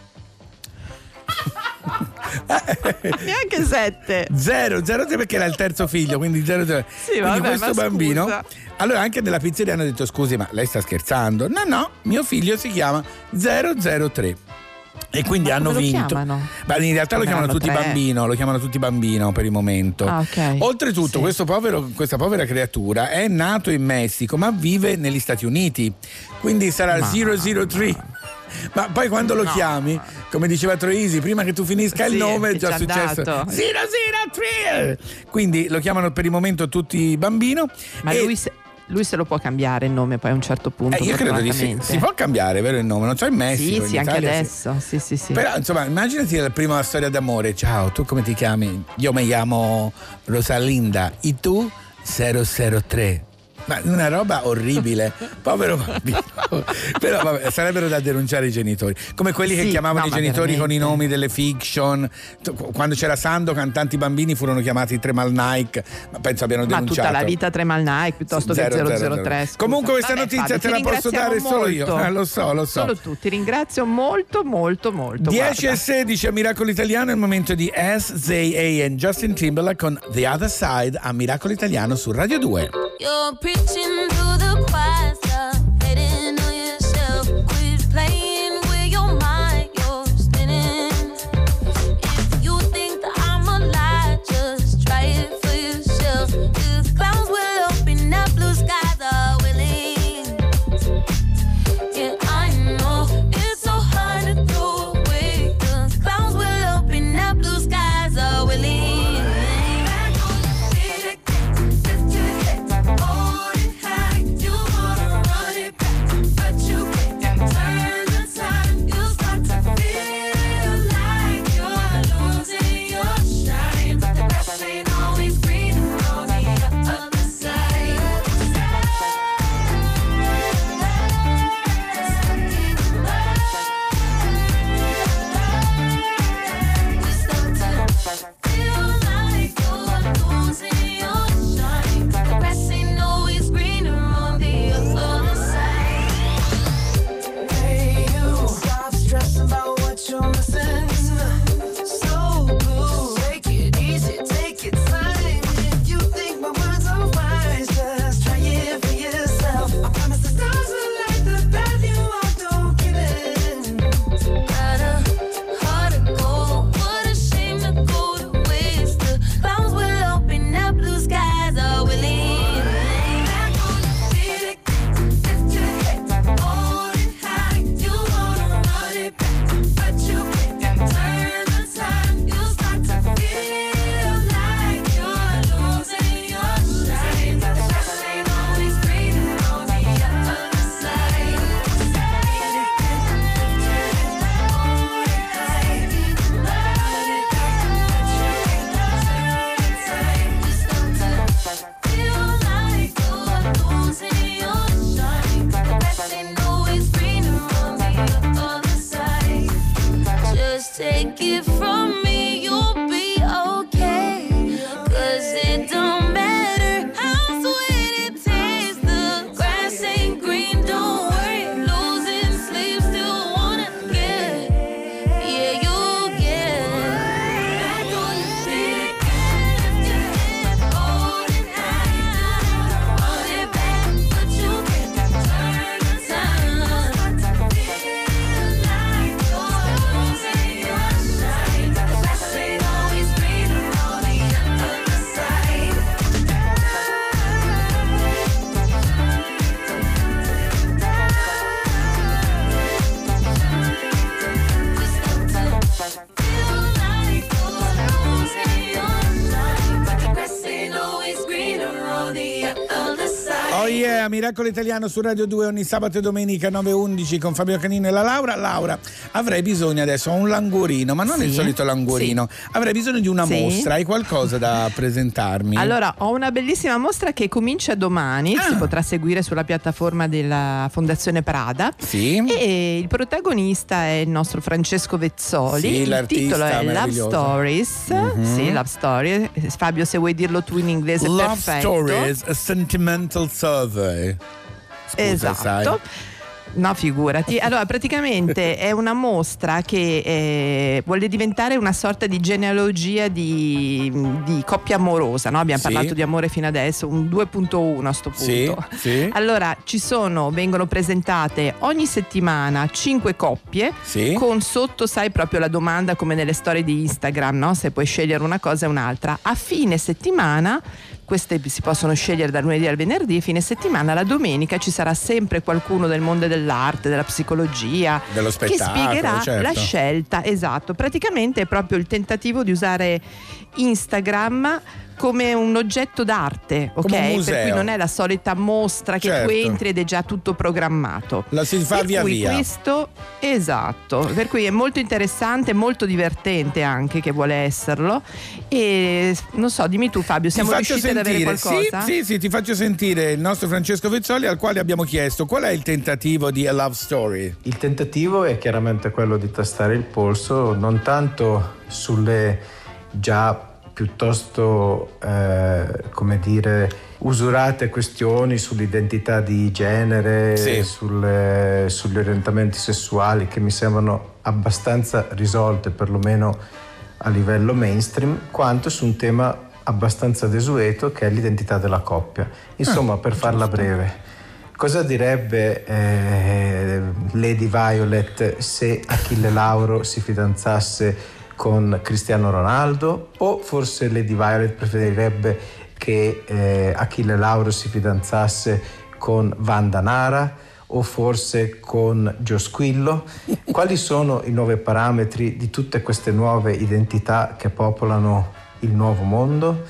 Neanche sette. zero zero tre perché era il terzo figlio, quindi zero zero tre. Sì, vabbè, quindi questo ma bambino scusa. Allora anche nella pizzeria hanno detto: scusi, ma lei sta scherzando? No, no, mio figlio si chiama zero zero tre. E quindi Ma hanno come lo vinto. chiamano? Ma in realtà lo Come chiamano hanno tutti tre? bambino, lo chiamano tutti bambino per il momento. Ah, ok. Oltretutto, Sì. questo povero, questa povera creatura è nato in Messico, ma vive negli Stati Uniti. Quindi sarà il Ma- zero zero tre. Ma poi quando lo No. chiami, come diceva Troisi, prima che tu finisca il Sì, nome è è già già successo andato. zero zero tre. Quindi lo chiamano per il momento tutti bambino. Ma e- lui se, lui se lo può cambiare il nome poi a un certo punto. eh, io credo di sì. fortunatamente. Si può cambiare, vero il nome? Non so in Messico. Sì, in sì, anche Italia, sì. adesso. Sì, sì, sì. Però insomma, immaginati la prima storia d'amore. Ciao, tu come ti chiami? Io mi chiamo Rosalinda. E tu? zero zero tre. Ma una roba orribile, povero bambino. Però vabbè, sarebbero da denunciare i genitori, come quelli che Sì, chiamavano no, i ma genitori con i veramente. nomi delle fiction. Quando c'era Sandokan tanti bambini furono chiamati Tremal Nike, ma penso abbiano Ma denunciato. tutta la vita Tremal Nike piuttosto zero che zero zero zero zero. tre. scusa. Comunque questa Vabbè, notizia Fabio, te la ti posso dare ringraziamo solo io. molto. Eh, lo so, lo so. Solo tu, ti ringrazio molto, molto, molto. dieci guarda. e sedici a Miracolo Italiano è il momento di S Z A e Justin Timberlake con The Other Side a Miracolo Italiano su Radio due. You're preaching to the choir, stop hating on yourself. Quit playing with your mind, you're spinning. If you think that I'm a lie, just try it for yourself. The clouds will open up, blue skies are willing. Yeah, I know it's so hard to throw away. The clouds will open up, blue skies are willing. Take it from me, you'll be okay. 'Cause it don't matter how sweet it tastes. The grass ain't green, don't worry. Losing sleep, still wanna get. Yeah, you'll get. Back on your feet again. Lift your head, hold it high. Hold it back, but you can't turn the time. Feel like you're losing your shine. The grass ain't always greener on the other side. Feel like you're losing your shine. But the grass ain't always greener on the other side. Oh yeah, Miracolo Italiano su Radio due ogni sabato e domenica nove e undici con Fabio Canino e la Laura. Laura, avrei bisogno adesso, ho un languorino, ma non Sì, il solito languorino. Avrei bisogno di una Sì. mostra, hai qualcosa da presentarmi? Allora, ho una bellissima mostra che comincia domani, Ah. si potrà seguire sulla piattaforma della Fondazione Prada. Sì. E il protagonista è il nostro Francesco Vezzoli. Sì, il l'artista titolo è Love meraviglioso. Stories. Mhm. Sì, Love Stories. Fabio, se vuoi dirlo tu in inglese, Love perfetto. Stories, a sentimental survey. Scusa, Esatto. sai. No, figurati. Allora, praticamente è una mostra che eh, vuole diventare una sorta di genealogia di, di coppia amorosa, no? Abbiamo Sì. parlato di amore fino adesso, un due punto uno a sto punto. Sì, sì. Allora, ci sono, vengono presentate ogni settimana cinque coppie, Sì. con sotto, sai, proprio la domanda come nelle storie di Instagram, no? Se puoi scegliere una cosa e un'altra. A fine settimana, queste si possono scegliere dal lunedì al venerdì, fine settimana, la domenica ci sarà sempre qualcuno del mondo dell'arte, della psicologia, Dello che spettacolo, spiegherà certo. la scelta. Esatto, praticamente è proprio il tentativo di usare Instagram come un oggetto d'arte, ok? Come un Per museo. cui non è la solita mostra che Certo. tu entri ed è già tutto programmato. La si fa Per via cui via. questo, esatto, per cui è molto interessante, molto divertente anche, che vuole esserlo. E non so, dimmi tu Fabio, siamo ti faccio riusciti ad avere sentire, qualcosa? Sì, sì, sì, ti faccio sentire il nostro Francesco Vezzoli, al quale abbiamo chiesto qual è il tentativo di A Love Story. Il tentativo è chiaramente quello di tastare il polso, non tanto sulle già piuttosto, eh, come dire, usurate questioni sull'identità di genere, Sì. sulle- sugli orientamenti sessuali, che mi sembrano abbastanza risolte, perlomeno a livello mainstream, quanto su un tema abbastanza desueto, che è l'identità della coppia. Insomma, Ah, per farla breve, cosa direbbe eh, Lady Violet se Achille Lauro si fidanzasse con Cristiano Ronaldo? O forse Lady Violet preferirebbe che eh, Achille Lauro si fidanzasse con Wanda Nara o forse con Gio Squillo? Quali sono i nuovi parametri di tutte queste nuove identità che popolano il nuovo mondo?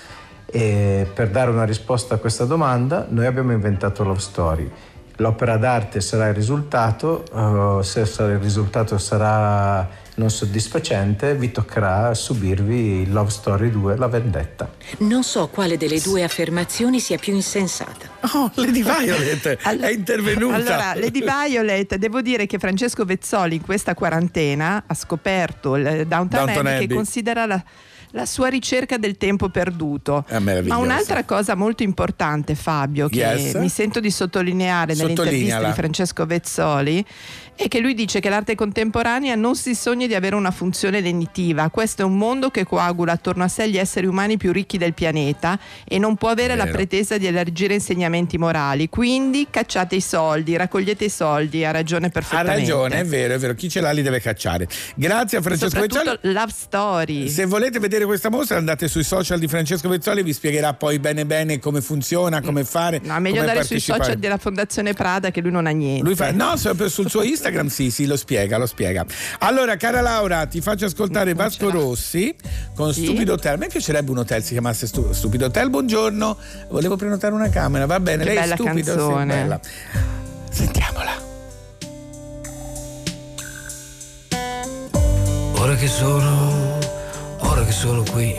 E per dare una risposta a questa domanda noi abbiamo inventato Love Story. L'opera d'arte sarà il risultato, uh, se il risultato sarà non soddisfacente vi toccherà subirvi Love Story due, la vendetta. Non so quale delle due affermazioni sia più insensata. Oh, Lady Violet è intervenuta. Allora, Lady Violet, devo dire che Francesco Vezzoli in questa quarantena ha scoperto il Downton, Downton Abbey, Abbey. che considera la, la sua ricerca del tempo perduto. È meraviglioso. Ma un'altra cosa molto importante, Fabio, che Yes. mi sento di sottolineare nell'intervista Sottolineala. di Francesco Vezzoli, è che lui dice che l'arte contemporanea non si sogna di avere una funzione lenitiva. Questo è un mondo che coagula attorno a sé gli esseri umani più ricchi del pianeta e non può avere la Vero. pretesa di elargire insegnamenti morali. Quindi cacciate i soldi, raccogliete i soldi, ha ragione Ha perfettamente. ragione, è vero, è vero, chi ce l'ha li deve cacciare. Grazie a Francesco Soprattutto Vezzoli. Love Story. Se volete vedere questa mostra andate sui social di Francesco Vezzoli, vi spiegherà poi bene bene come funziona, come fare. No, meglio come andare sui partecipare. social della Fondazione Prada, che lui non ha niente. Lui fa, no, sempre sul suo Instagram sì, sì, lo spiega, lo spiega. Allora, cara Laura, ti faccio ascoltare Vasco Rossi con Sì? Stupido Hotel. A me piacerebbe un hotel si chiamasse Stu- Stupido Hotel. Buongiorno, volevo prenotare una camera, va bene, Che lei bella è stupido, canzone. sì, bella. Sentiamola. Ora che sono, ora che sono qui,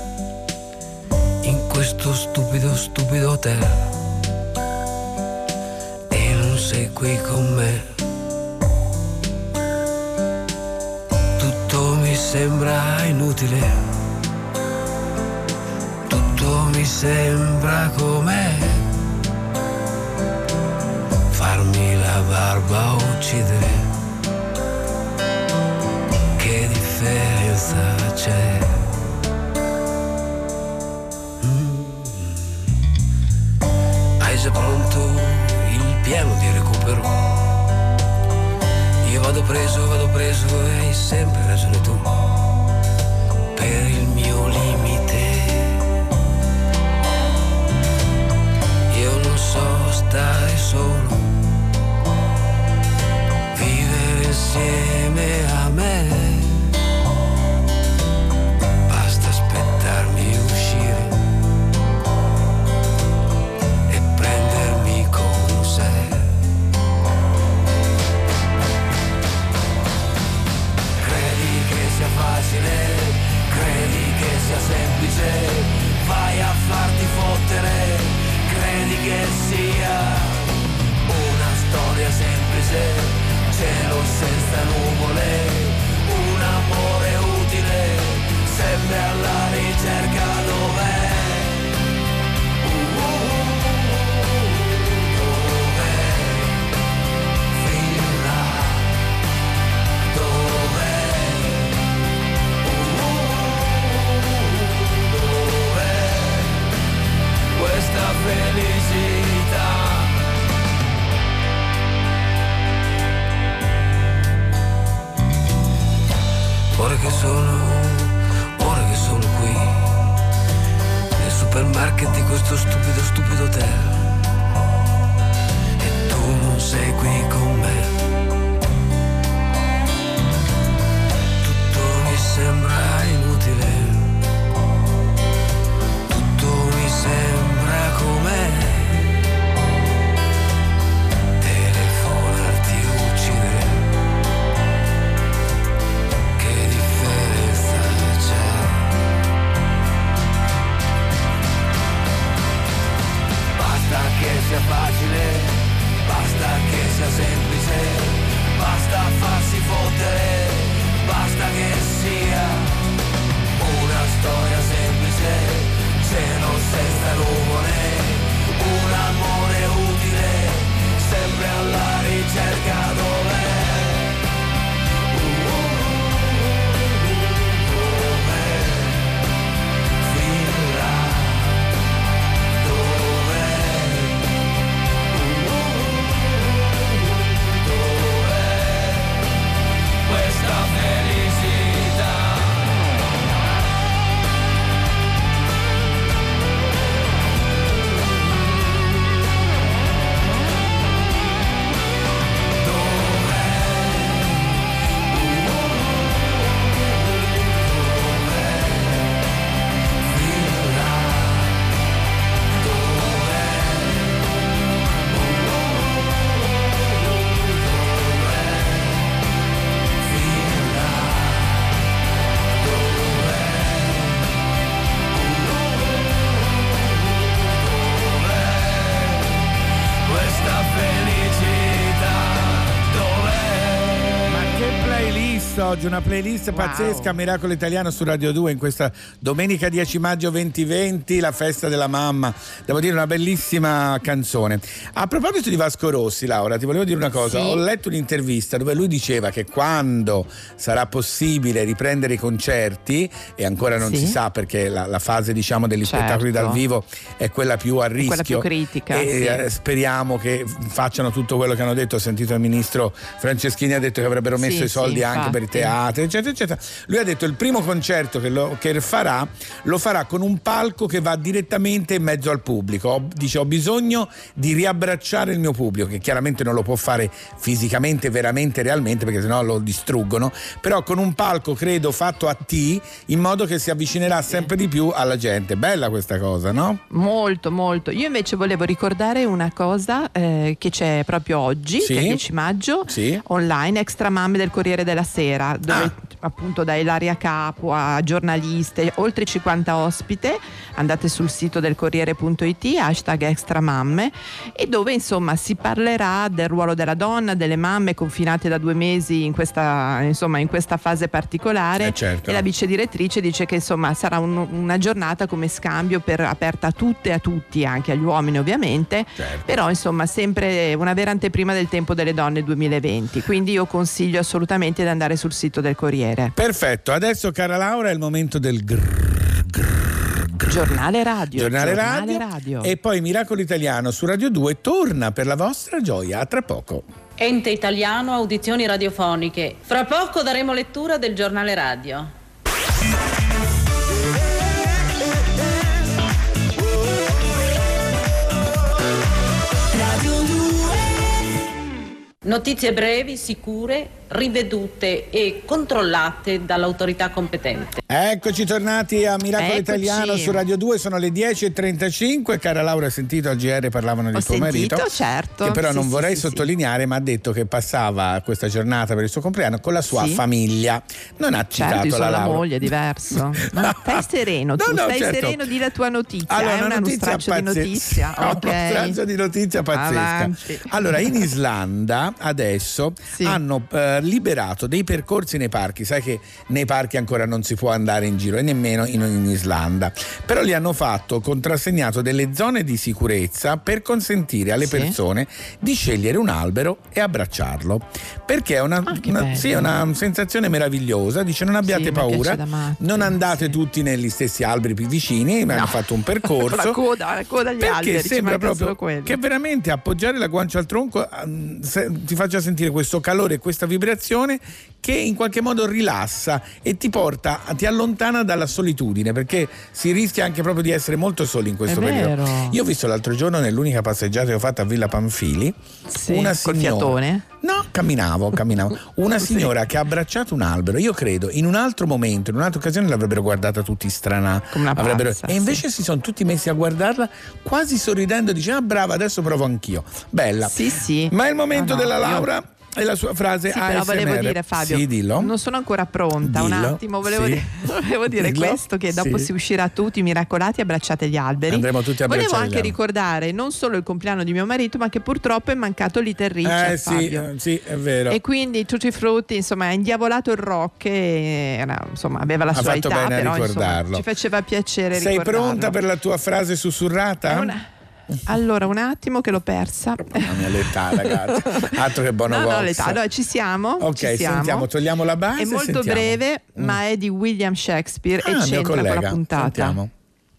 in questo stupido, stupido hotel, e non sei qui con me, tutto mi sembra inutile, tutto mi sembra com'è, farmi la barba o uccidere. Che differenza c'è? Mm. Hai già pronto il piano di recupero? Io vado preso, vado preso e hai sempre ragione tu. Per il mio limite io non so stare solo, vivere insieme a me. Basta aspettarmi uscire e prendermi con sé. Credi che sia facile, credi che che sono, ora che sono qui, nel supermarket di questo stupido, stupido hotel. E tu non sei qui con me. Tutto mi sembra inutile. Tutto mi sembra com'è. Telefonarti e uccidere. Che differenza c'è? Basta che sia facile, basta che sia semplice, basta farsi fottere, basta che sia una storia semplice, cielo senza nuvole, un amore utile, sempre alla ricerca dov'è. Dove finirà? Dove? Dove? Questa felicità. Questa felicità dov'è? Ma che playlist oggi, una playlist pazzesca, Miracolo Italiano su Radio due in questa domenica dieci maggio duemilaventi, la festa della mamma. Devo dire una bellissima canzone. A proposito di Vasco Rossi, Laura, ti volevo dire una cosa. Sì. Ho letto un'intervista dove lui diceva che quando sarà possibile riprendere i concerti, e ancora non Sì. si sa perché la, la fase diciamo degli Certo. spettacoli dal vivo è quella più a rischio, quella più critica, e sì. eh, speriamo che facciano tutto quello che hanno detto. Ho sentito il ministro Franceschini, ha detto che avrebbero messo Sì, i soldi sì, anche per i infatti. teatri, eccetera eccetera. Lui ha detto il primo concerto che, lo, che farà lo farà con un palco che va direttamente in mezzo al pubblico. Ho, dice ho bisogno di riabbracciare il mio pubblico, che chiaramente non lo può fare fisicamente, veramente, realmente, perché sennò lo distruggono, però con un palco credo fatto a T, in modo che si avvicinerà sempre di più alla gente. Bella questa cosa, no? Molto, molto. Io invece volevo ricordare una cosa eh, che c'è proprio oggi, Sì. che è il dieci maggio, Sì. online, Extra Mamme del Corriere della Sera, dove Ah. appunto da Ilaria Capo a giornaliste, oltre cinquanta ospite. Andate sul sito del Corriere punto it, hashtag Extra Mamme, e dove insomma si parlerà del ruolo della donna, delle mamme confinate da due mesi in questa, insomma, in questa fase particolare. Eh, certo. E la vice direttrice dice che insomma sarà un- una giornata come scambio per, aperta a tutte e a tutti, anche agli uomini ovviamente, Certo. però insomma sempre una vera anteprima del tempo delle donne duemilaventi, quindi io consiglio assolutamente di andare sul sito del Corriere. Perfetto, adesso cara Laura è il momento del grrr, grrr, grrr. Giornale radio. Giornale, Giornale radio, radio. E poi Miracolo Italiano su Radio due torna per la vostra gioia. A tra poco. Ente Italiano Audizioni Radiofoniche. Fra poco daremo lettura del giornale radio. Radio due. Notizie brevi, sicure, rivedute e controllate dall'autorità competente. Eccoci tornati a Miracolo Eccoci. Italiano su Radio due, sono le dieci e trentacinque. Cara Laura, hai sentito al G R parlavano di Ho tuo marito, sentito, certo. che però Sì, non sì, vorrei sì, sottolineare, ma ha detto che passava questa giornata per il suo compleanno con la sua Sì. famiglia. Non ha citato Certo, io sono la la Laura. moglie, è diverso. Ma stai sereno, tu No, no, stai certo. sereno, di la tua notizia. Allora, è una una notizia straccio di pazze- notizia. No, Ok. uno straccio di notizia pazzesca. Avanti. Allora, in Islanda adesso Sì. hanno eh, liberato dei percorsi nei parchi. Sai che nei parchi ancora non si può andare in giro, e nemmeno in, in Islanda. Però li hanno fatto contrassegnato delle zone di sicurezza per consentire alle Sì. persone di scegliere un albero e abbracciarlo. Perché è una, Ah, che una- bello. sì, è una sensazione meravigliosa. Dice: non abbiate Sì, ma che paura, c'è da matti, non andate tutti negli stessi alberi più vicini, ma hanno fatto un percorso. La coda, la coda agli Perché alberi, ci sembra manca proprio solo quello. che veramente appoggiare la guancia al tronco ehm, se- ti faccia sentire questo calore e questa vibrazione respirazione che in qualche modo rilassa e ti porta, ti allontana dalla solitudine, perché si rischia anche proprio di essere molto soli in questo È periodo. vero. Io ho visto l'altro giorno, nell'unica passeggiata che ho fatto a Villa Pamphili, Sì, una col signora, fiatone? no, camminavo, camminavo, una signora che ha abbracciato un albero. Io credo in un altro momento, in un'altra occasione l'avrebbero guardata tutti strana, Come una avrebbero- pazza, e invece si sono tutti messi a guardarla quasi sorridendo, dice ah brava, adesso provo anch'io. Bella. Sì, sì. Ma è il momento No, no, della io- Laura e la sua frase Sì, A S M R. però volevo dire, Fabio, Sì, dillo. non sono ancora pronta. Un Dillo, attimo, volevo sì. dire, volevo dire Dillo, questo: che dopo sì. si uscirà tutti miracolati, abbracciate gli alberi. Andremo tutti a Volevo abbracciare gli anche alberi. ricordare non solo il compleanno di mio marito, ma che purtroppo è mancato l'Iter Richard, Eh sì, Fabio. eh, sì, è vero. E quindi Tutti Frutti, insomma, ha indiavolato il rock e era, insomma, aveva la Ha sua fatto età, bene a però insomma, ricordarlo. ci faceva piacere Sei ricordarlo. pronta per la tua frase sussurrata? Una- Allora, un attimo che l'ho persa. Mamma mia, l'età, ragazzi. Altro che Bono No, Vox. no, l'età, no, ci siamo. Ok, ci siamo. sentiamo, togliamo la base. È molto sentiamo. breve, Mm. ma è di William Shakespeare Ah, e mio c'entra con collega. la puntata. Sentiamo.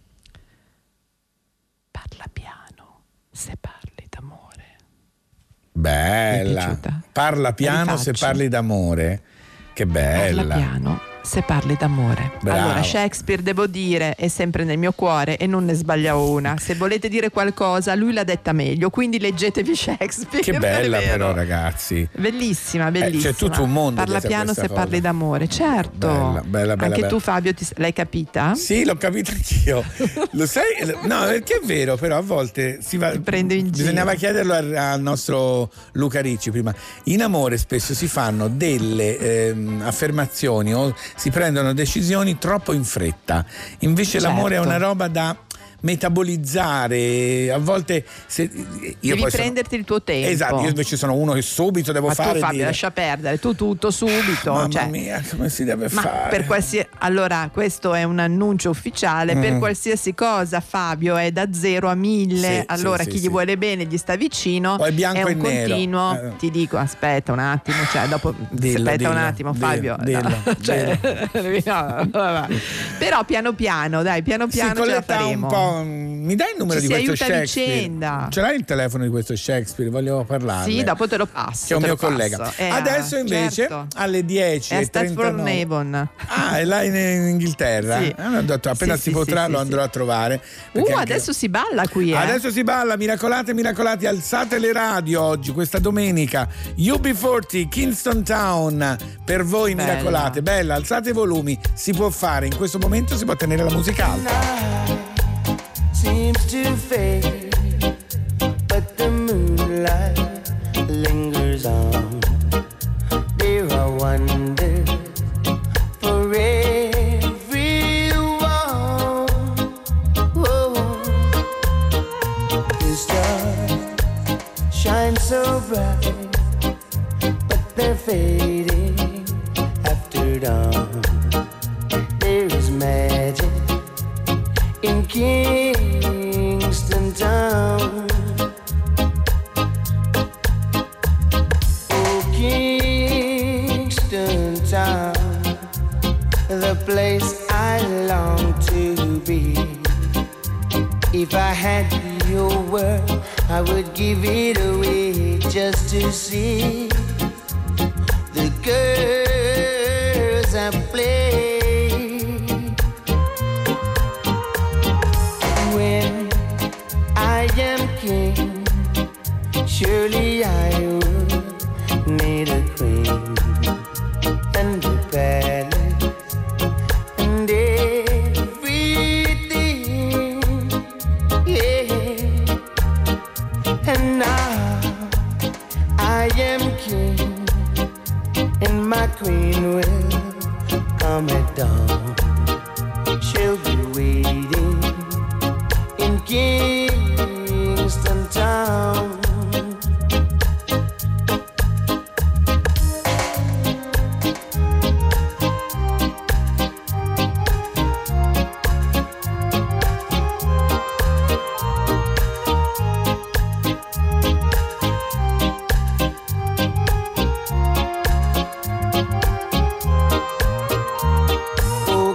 Parla piano se parli d'amore. Bella. piaciuta? Parla piano se rifaccio. parli d'amore. Che bella. Parla piano se parli d'amore. Brava. Allora, Shakespeare, devo dire, è sempre nel mio cuore e non ne sbaglia una. Se volete dire qualcosa, lui l'ha detta meglio, quindi leggetevi Shakespeare. Che bella è vero. però, ragazzi. Bellissima, bellissima. c'è tutto un mondo Parla dietro a piano questa se cosa. parli d'amore, certo. Bella, bella, bella, Anche bella. tu, Fabio, ti- l'hai capita? Sì, l'ho capito anch'io. Lo sai? No, perché è vero, però a volte si va. prendo in giro. Bisognava chiederlo al, al nostro Luca Ricci prima. In amore spesso si fanno delle ehm, affermazioni o si prendono decisioni troppo in fretta. Invece Certo. l'amore è una roba da metabolizzare, a volte se, io Devi poi sono- prenderti il tuo tempo. Esatto, io invece sono uno che subito devo Ma fare tu, Fabio, dire, lascia perdere, tu tutto subito. mamma cioè, mia, come si deve ma fare? per qualsiasi allora questo è un annuncio ufficiale, per Mm. qualsiasi cosa Fabio è da zero a mille. Sì, allora sì, chi sì, gli sì. vuole bene gli sta vicino, O è bianco un e nero. continuo. Eh. Ti dico, aspetta un attimo, cioè dopo Dillo, aspetta dillo, un attimo, dillo, Fabio. dillo, no, cioè, no, vabbè. Però piano piano, dai, piano piano sì, con ce la l'età faremo. un po'. Mi dai il numero Ci di si questo aiuta a Shakespeare? vicenda. Ce l'hai il telefono di questo Shakespeare? Voglio parlarne. Sì, dopo te lo passo. Che è un te mio lo passo. collega. Eh, Adesso invece certo. alle dieci È e a Stratford trentanove. Avon. Ah, è là in, in Inghilterra? Sì. Ah, ho detto, appena Sì, si sì, potrà sì, lo sì, andrò sì. a trovare. Uh, perché anche- adesso si balla qui, eh. Adesso si balla, miracolate, miracolati, alzate le radio oggi, questa domenica. U B quaranta, Kingston Town, per voi Bella. miracolate, bella, alzate i volumi, si può fare, in questo momento si può tenere la musica alta. Seems to fade, but the moonlight lingers on. There are wonders for everyone. Oh, the stars shine so bright, but they're fading after dawn. There is magic in Kingston Town. Oh, Kingston Town, the place I long to be. If I had your word, I would give it away just to see the girls I play. When I am king, surely I would need a queen and a palace and everything, yeah. And now I am king, and my queen will come at dawn. She'll be waiting in Kingston Town. Oh,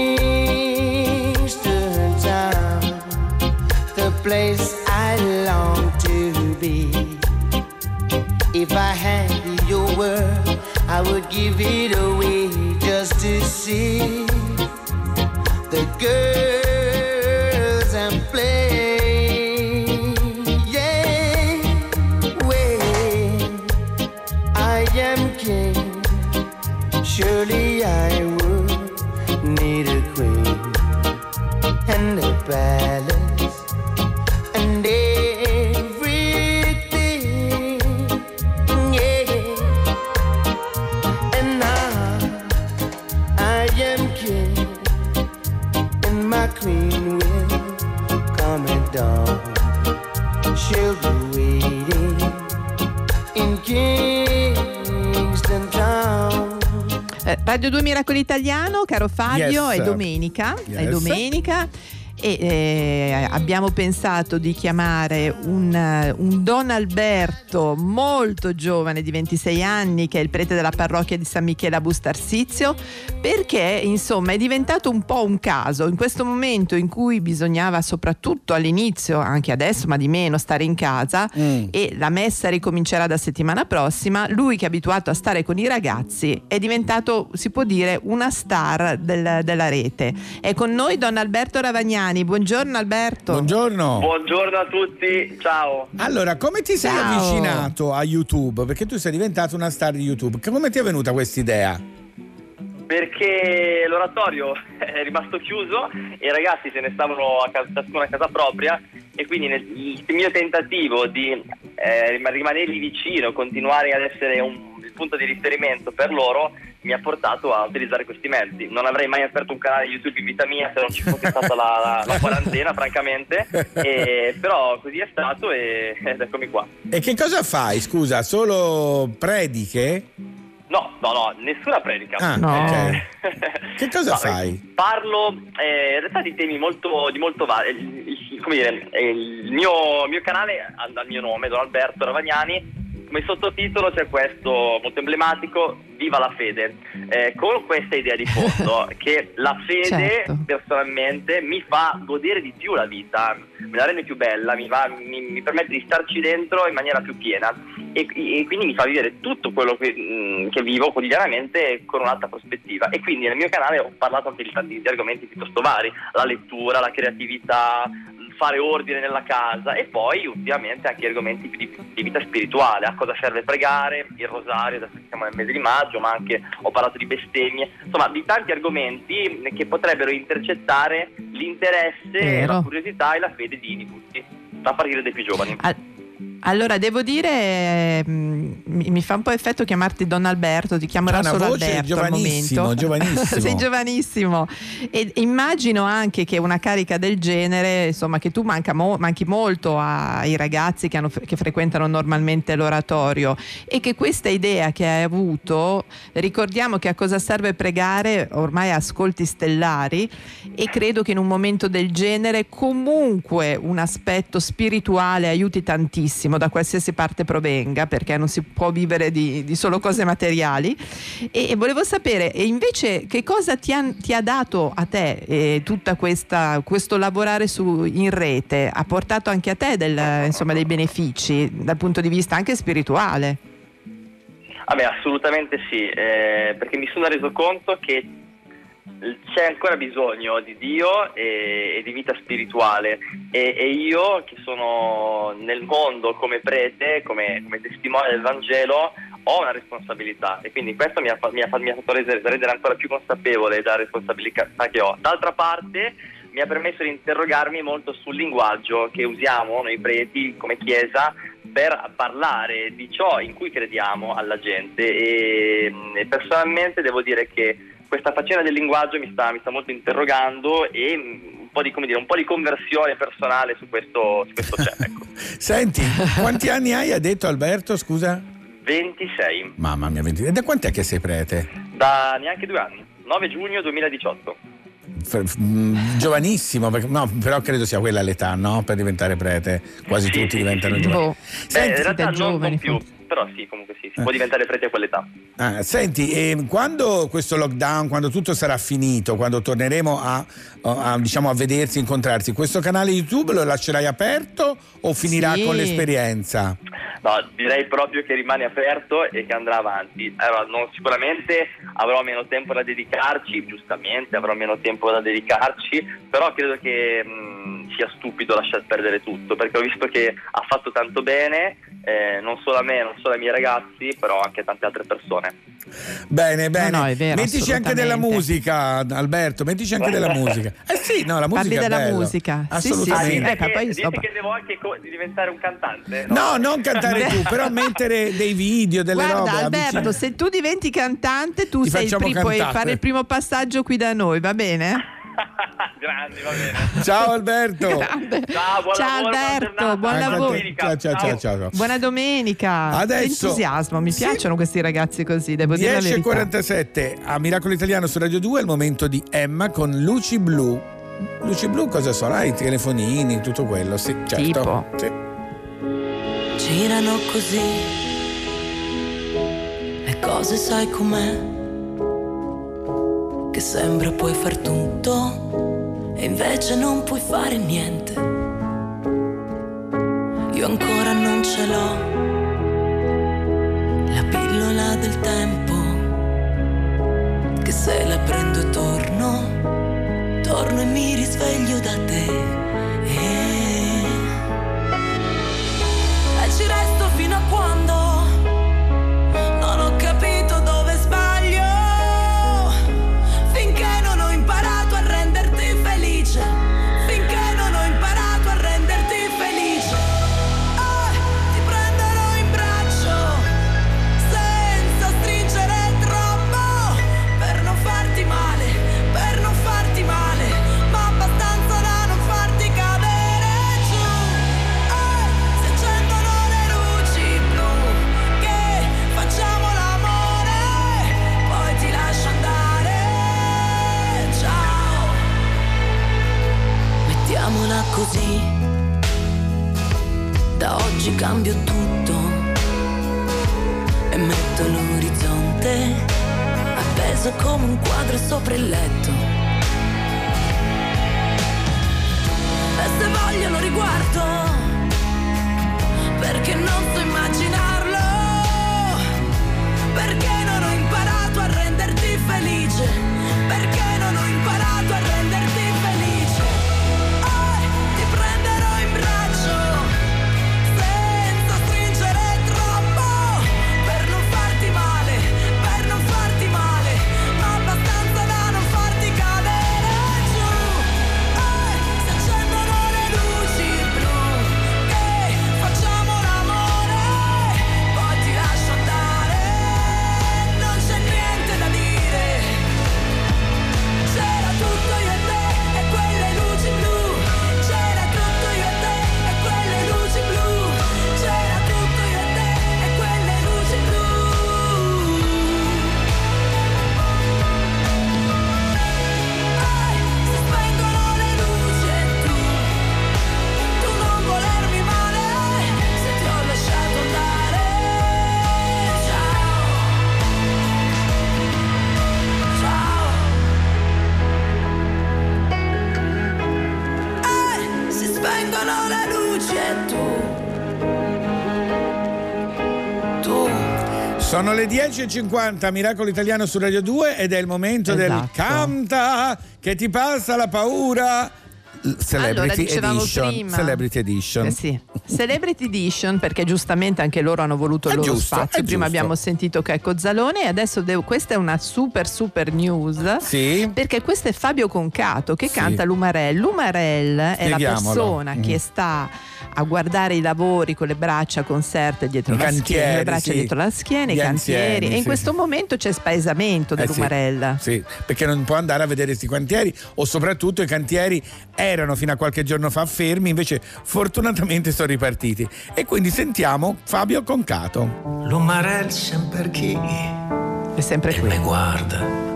Kingston Town, the place I long to be. If I had your word, I would give it away just to see the girls and play. Yeah, when I am king, surely I would need a queen and a palace and everything. Yeah, and now I am king, and my queen will come at dawn. She'll be waiting in Kingston Town. Radio due Miracolo Italiano, caro Fabio, Yes. è domenica, Yes. è domenica e eh, abbiamo pensato di chiamare un, un Don Alberto molto giovane di ventisei anni, che è il prete della parrocchia di San Michele a Bustarsizio, perché insomma è diventato un po' un caso in questo momento in cui bisognava, soprattutto all'inizio, anche adesso ma di meno, stare in casa Mm. e la messa ricomincerà da settimana prossima. Lui, che è abituato a stare con i ragazzi, è diventato, si può dire, una star del- della rete. È con noi Don Alberto Ravagnani. Buongiorno Alberto. Buongiorno. Buongiorno a tutti, ciao. Allora, come ti sei Ciao. avvicinato a YouTube? Perché tu sei diventato una star di YouTube. Come ti è venuta questa idea? Perché l'oratorio è rimasto chiuso e i ragazzi se ne stavano a casa, ciascuno a casa propria, e quindi nel, il mio tentativo di eh, rimanergli vicino, continuare ad essere un, il punto di riferimento per loro, mi ha portato a utilizzare questi mezzi. Non avrei mai aperto un canale YouTube in vita mia se non ci fosse stata la, la, la quarantena, francamente, e, però così è stato e, ed eccomi qua. E che cosa fai? Scusa, solo prediche? No, no, no, nessuna predica. Ah, No. ok. Che cosa No, fai? Parlo eh, in realtà di temi molto, di molto vari. Il, il- come dire, eh, il mio, mio canale ha il mio nome, Don Alberto Ravagnani. Come sottotitolo c'è questo molto emblematico: Viva la fede, eh, con questa idea di fondo che la fede, Certo. personalmente, mi fa godere di più la vita, me la rende più bella, mi, va, mi, mi permette di starci dentro in maniera più piena e, e quindi mi fa vivere tutto quello che, mh, che vivo quotidianamente con un'altra prospettiva. E quindi nel mio canale ho parlato anche di tanti di argomenti piuttosto vari: la lettura, la creatività, fare ordine nella casa, e poi ultimamente anche argomenti di, di vita spirituale, a cosa serve pregare, il rosario, adesso siamo nel mese di maggio, ma anche ho parlato di bestemmie, insomma di tanti argomenti che potrebbero intercettare l'interesse, Vero. la curiosità e la fede di, di tutti, a partire dai più giovani. Al- Allora, devo dire, eh, mi, mi fa un po' effetto chiamarti Don Alberto, ti chiamerò C'ha una solo voce Alberto al giovanissimo, momento. giovanissimo. Sei giovanissimo. E immagino anche che una carica del genere, insomma, che tu manca mo- manchi molto ai ragazzi che, hanno, che frequentano normalmente l'oratorio, e che questa idea che hai avuto, ricordiamo che a cosa serve pregare ormai ascolti stellari, e credo che in un momento del genere comunque un aspetto spirituale aiuti tantissimo, da qualsiasi parte provenga, perché non si può vivere di, di solo cose materiali. E, e volevo sapere, e invece, che cosa ti ha, ti ha dato a te eh, tutta questa questo lavorare su in rete? Ha portato anche a te del, insomma, dei benefici dal punto di vista anche spirituale? Vabbè, assolutamente sì, eh, perché mi sono reso conto che c'è ancora bisogno di Dio e, e di vita spirituale, e, e io che sono nel mondo come prete, come, come testimone del Vangelo, ho una responsabilità, e quindi questo mi ha, fa- mi ha, fa- mi ha fatto rendere, rendere ancora più consapevole della responsabilità che ho. D'altra parte mi ha permesso di interrogarmi molto sul linguaggio che usiamo noi preti come Chiesa per parlare di ciò in cui crediamo alla gente, e, e personalmente devo dire che questa faccenda del linguaggio mi sta, mi sta molto interrogando, e un po' di, come dire, un po' di conversione personale su questo, su questo c'è, ecco. Senti, quanti anni hai, ha detto Alberto, scusa? ventisei, Mamma mia, ventisei. E da quant'è che sei prete? da neanche due anni, nove giugno duemiladiciotto. F- f- mm, giovanissimo, perché, no, però credo sia quella l'età, no? Per diventare prete. Quasi Sì, tutti sì, diventano sì, sì. giovani. Boh. Eh, Senti, in realtà da non, giovani, non più, forse. però sì, comunque sì, si può diventare preti a quell'età. ah, senti, e quando questo lockdown, quando tutto sarà finito, quando torneremo a, a, diciamo, a vedersi, incontrarsi, questo canale YouTube lo lascerai aperto o finirà Sì. con l'esperienza? No, direi proprio che rimane aperto e che andrà avanti. Allora, non, sicuramente avrò meno tempo da dedicarci, giustamente avrò meno tempo da dedicarci, però credo che mh, sia stupido lasciar perdere tutto, perché ho visto che ha fatto tanto bene, eh, non solo a me, non solo ai miei ragazzi, però anche a tante altre persone. Bene, bene. No, no, è vero, mettici anche della musica, Alberto, mettici anche della musica. Eh sì, no, la musica Parli è della bello. musica. Assolutamente. Sì, sì, sì. Eh, Dite, poi, dite insomma... che devo anche co- di diventare un cantante? No, non cantare tu, però mettere dei video, delle Guarda, robe. Alberto, avvicina. se tu diventi cantante, tu Ti sei il facciamo pri- puoi cantare. fare il primo passaggio qui da noi, va bene? Grandi, va bene. Ciao Alberto. Grande. Ciao, buon Ciao lavoro, Alberto, buon Anche a te. lavoro. Ciao, ciao, ciao, ciao, ciao. Buona domenica. Adesso- Che entusiasmo, mi Sì. piacciono questi ragazzi così, devo dire la dieci e verità. quarantasette a Miracolo Italiano su Radio due è il momento di Emma con Luci Blu. Luci Blu cosa sono? Ah, i telefonini, tutto quello, sì, certo. Tipo? Sì. Girano così, le cose sai com'è, che sembra puoi far tutto e invece non puoi fare niente. Io ancora non ce l'ho, la pillola del tempo, che se la prendo e torno, torno e mi risveglio da te. E, e ci resto fino a quando non ho capito dove sbaglio, finché non ho imparato a renderti felice, finché non ho imparato a renderti felice. Eh, ti prenderò in braccio senza stringere troppo, per non farti male, per non farti male, ma abbastanza da non farti cadere giù. Eh, si accendono le luci blu, che facciamo l'amore, poi ti lascio andare. Ciao, mettiamola così, da oggi cambio tutto e metto l'orizzonte appeso come un quadro sopra il letto. E se voglio lo riguardo, perché non so immaginarlo, perché non ho imparato a renderti felice, perché non ho imparato a renderti felice. Eh, ti prenderò in braccio senza stringere troppo, per non farti male, per non farti male, ma abbastanza da non farti cadere giù. Eh, si accendono le luci blu, che facciamo l'amore, poi ti lascio andare. Non c'è niente da dire, c'era tutto io e te e quelle luci blu, c'era tutto io e te e quelle luci blu, c'era tutto io e te e quelle luci blu. Eh, si spengono le luci e tu, tu non volermi male, se ti ho lasciato andare. Ciao, ciao. Eh, si spengono le luci e tu, tu. Sono le dieci e cinquanta, Miracolo Italiano su Radio due ed è il momento del Esatto. canta che ti passa la paura. L- Celebrity Allora, dicevamo Edition. prima. Celebrity Edition. Eh sì. Celebrity Edition, perché giustamente anche loro hanno voluto il È loro giusto, spazio. è Prima giusto. abbiamo sentito Checco Zalone e adesso devo- questa è una super super news. Sì. Perché questo è Fabio Concato che Sì. canta L'Umarell. L'Umarell è la Spieghiamolo. persona Mm. che sta a guardare i lavori con le braccia conserte dietro I la cantieri, schiena, le braccia sì. dietro la schiena, Gli i cantieri. anziani, e in sì. questo momento c'è spaesamento Eh sì, dell'Umarell. sì, perché non può andare a vedere questi cantieri, o soprattutto i cantieri erano fino a qualche giorno fa fermi, invece fortunatamente sono ripartiti. E quindi sentiamo Fabio Concato. L'Umarell sempre chi È sempre qui. me guarda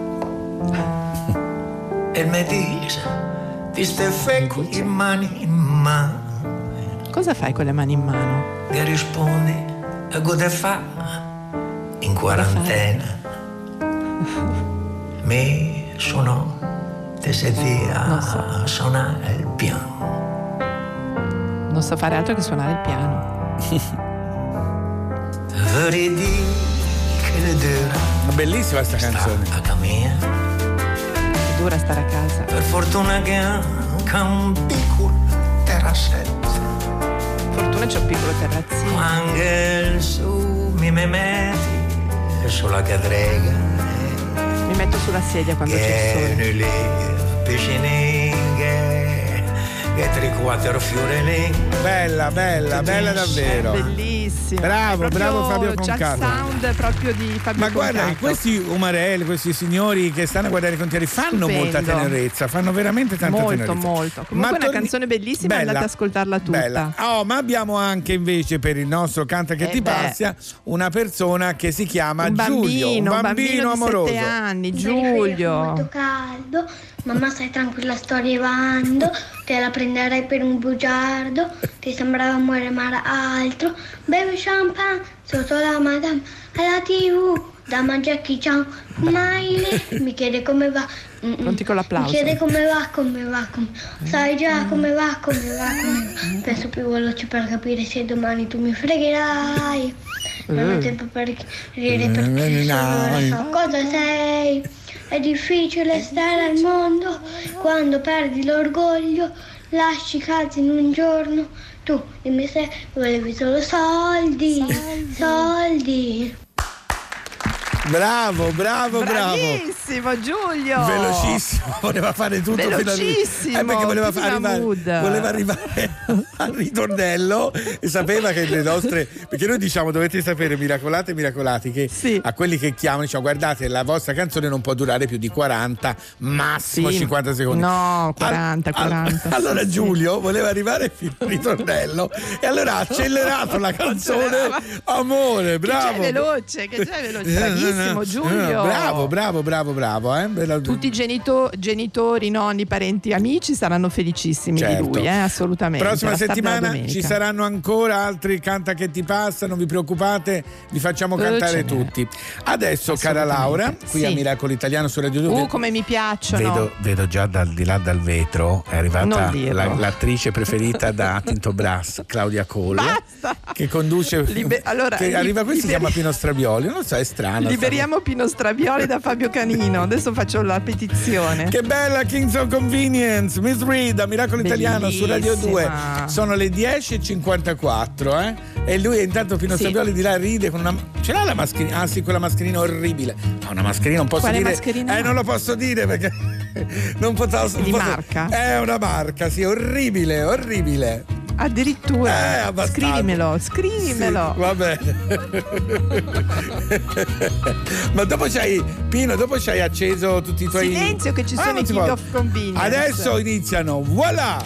e me dice ti stai fecco in mani in mano, Cosa fai con le mani in mano? e rispondi a cosa fa in quarantena. Mi suonò te sei via Non so. a suonare il piano. Non so fare altro che suonare il piano. veut dire que le deux. Bellissima sta canzone. A casa mia. È dura stare a casa. Per fortuna che anche un piccolo terrazzetto. Fortuna c'è un piccolo terrazzino. Anche su mi metti sulla cadrega. Mi metto sulla sedia quando c'è il sole. Che le piscininghe. Che tre quattro fiori lì. Bella, bella, bella davvero. Bellissima. Bravo, bravo Fabio C'ha Concarlo. sound proprio di Fabio Ma guarda, Concarlo. che questi umarelli, questi signori che stanno a guardare i contieri fanno Stupendo. molta tenerezza, fanno veramente tanta molto, tenerezza. molto. Comunque Ma è una torni- canzone bellissima, Bella, andate ad ascoltarla tutta. Bella. Oh, ma abbiamo anche invece per il nostro Canta che Eh ti beh. passia una persona che si chiama Un Giulio, bambino, un un bambino di amoroso. sette anni, Ieri sera fa Giulio. molto caldo, mamma stai tranquilla, sto arrivando, te la prenderai per un bugiardo, ti sembrava amore ma era altro, bevi champagne sotto la madame, alla tivù, da Jackie Chan, Miley, mi chiede come va, mm-mm. Pronti con l'applauso. mi chiede come va, come va, come sai già come va, come va, come va, penso più veloce per capire se domani tu mi fregherai, non ho tempo per ridere perché solo ora so cosa sei. È difficile stare al mondo quando perdi l'orgoglio, lasci casa in un giorno. Tu dimmi se volevi solo soldi, soldi. Bravo, bravo, bravo. Bravissimo Giulio. Velocissimo, voleva fare tutto fino a Velocissimo, eh, perché voleva tutti far in arrivare, mood. voleva arrivare al ritornello e sapeva che le nostre, perché noi diciamo dovete sapere miracolate e miracolati che a quelli che chiamano diciamo guardate la vostra canzone non può durare più di quaranta massimo Sì. cinquanta secondi. No, quaranta, Al- quaranta. allora sì, Giulio voleva arrivare fino al ritornello e allora ha accelerato la canzone. Amore, bravo. Che c'è veloce, che c'è veloce. Bravissimo Giulio. Bravo, bravo, bravo, bravo. Eh? Bella- Tutti i genito- genitori, nonni, parenti, amici saranno felicissimi Certo. di lui, eh, assolutamente. Prossima La star della settimana domenica. ci saranno ancora altri Canta che ti passa, non vi preoccupate, li facciamo Eh, cantare ce n'è. tutti. Adesso, cara Laura, qui Sì. a Miracolo Italiano su Radio due. Uh, come mi piacciono. Vedo, vedo già dal di là dal vetro è arrivata Non dirlo. la- l'attrice preferita da Tinto Brass, Claudia Cole, che conduce Libe- allora, che li- arriva qui si liberi- chiama Pino Stravioli, non so, è strano. Liberiamo Pino Stravioli da Fabio Canino. Adesso faccio la petizione. Che bella Kings of Convenience, Miss Reed a Miracolo Italiano su Radio due. Bellissima. Sono le dieci e cinquantaquattro, eh? E lui intanto Pino Sì. Stravioli di là ride con una. Ce l'ha la mascherina? Ah sì, quella mascherina orribile. Ma una mascherina non posso Quale dire. mascherina? Eh, non lo posso dire perché non posso. Di non posso- marca? È una marca, sì, orribile, orribile. Addirittura. Eh, abbastanza. Scrivimelo, scrivimelo. Sì, va bene. Ma dopo c'hai, Pino, dopo c'hai acceso tutti i tuoi. Silenzio che ci Ah, sono non i si King può. of Convenience. Adesso iniziano, voilà!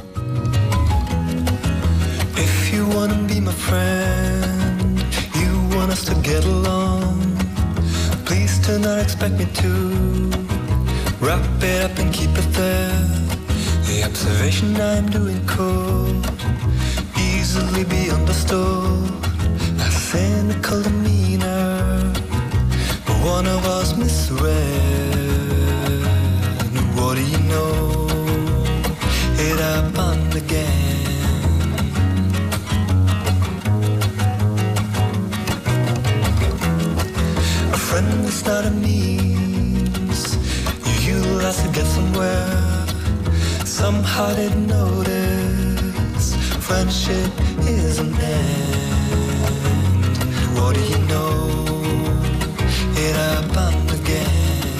If you wanna be my friend, you want us to get along, please do not expect me to wrap it up and keep it there. The observation I'm doing could easily be understood, a cynical demeanor, but one of us misread. What do you know? It happened again. A friend is not a means you utilize to get somewhere. Somehow didn't notice friendship is an end. What do you know? It happened again.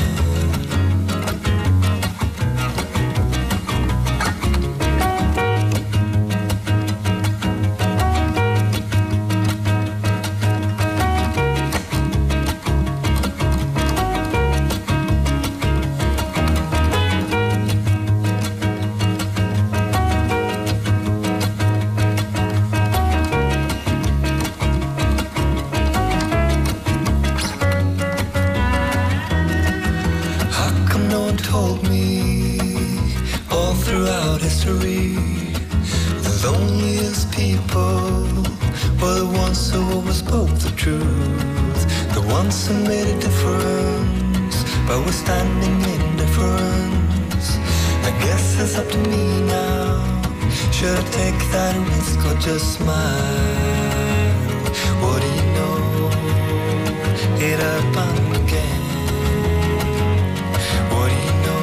Told me all throughout history, the loneliest people were the ones who always spoke the truth, the ones who made a difference by withstanding indifference. I guess it's up to me now. Should I take that risk or just smile? What do you know? it up again. What do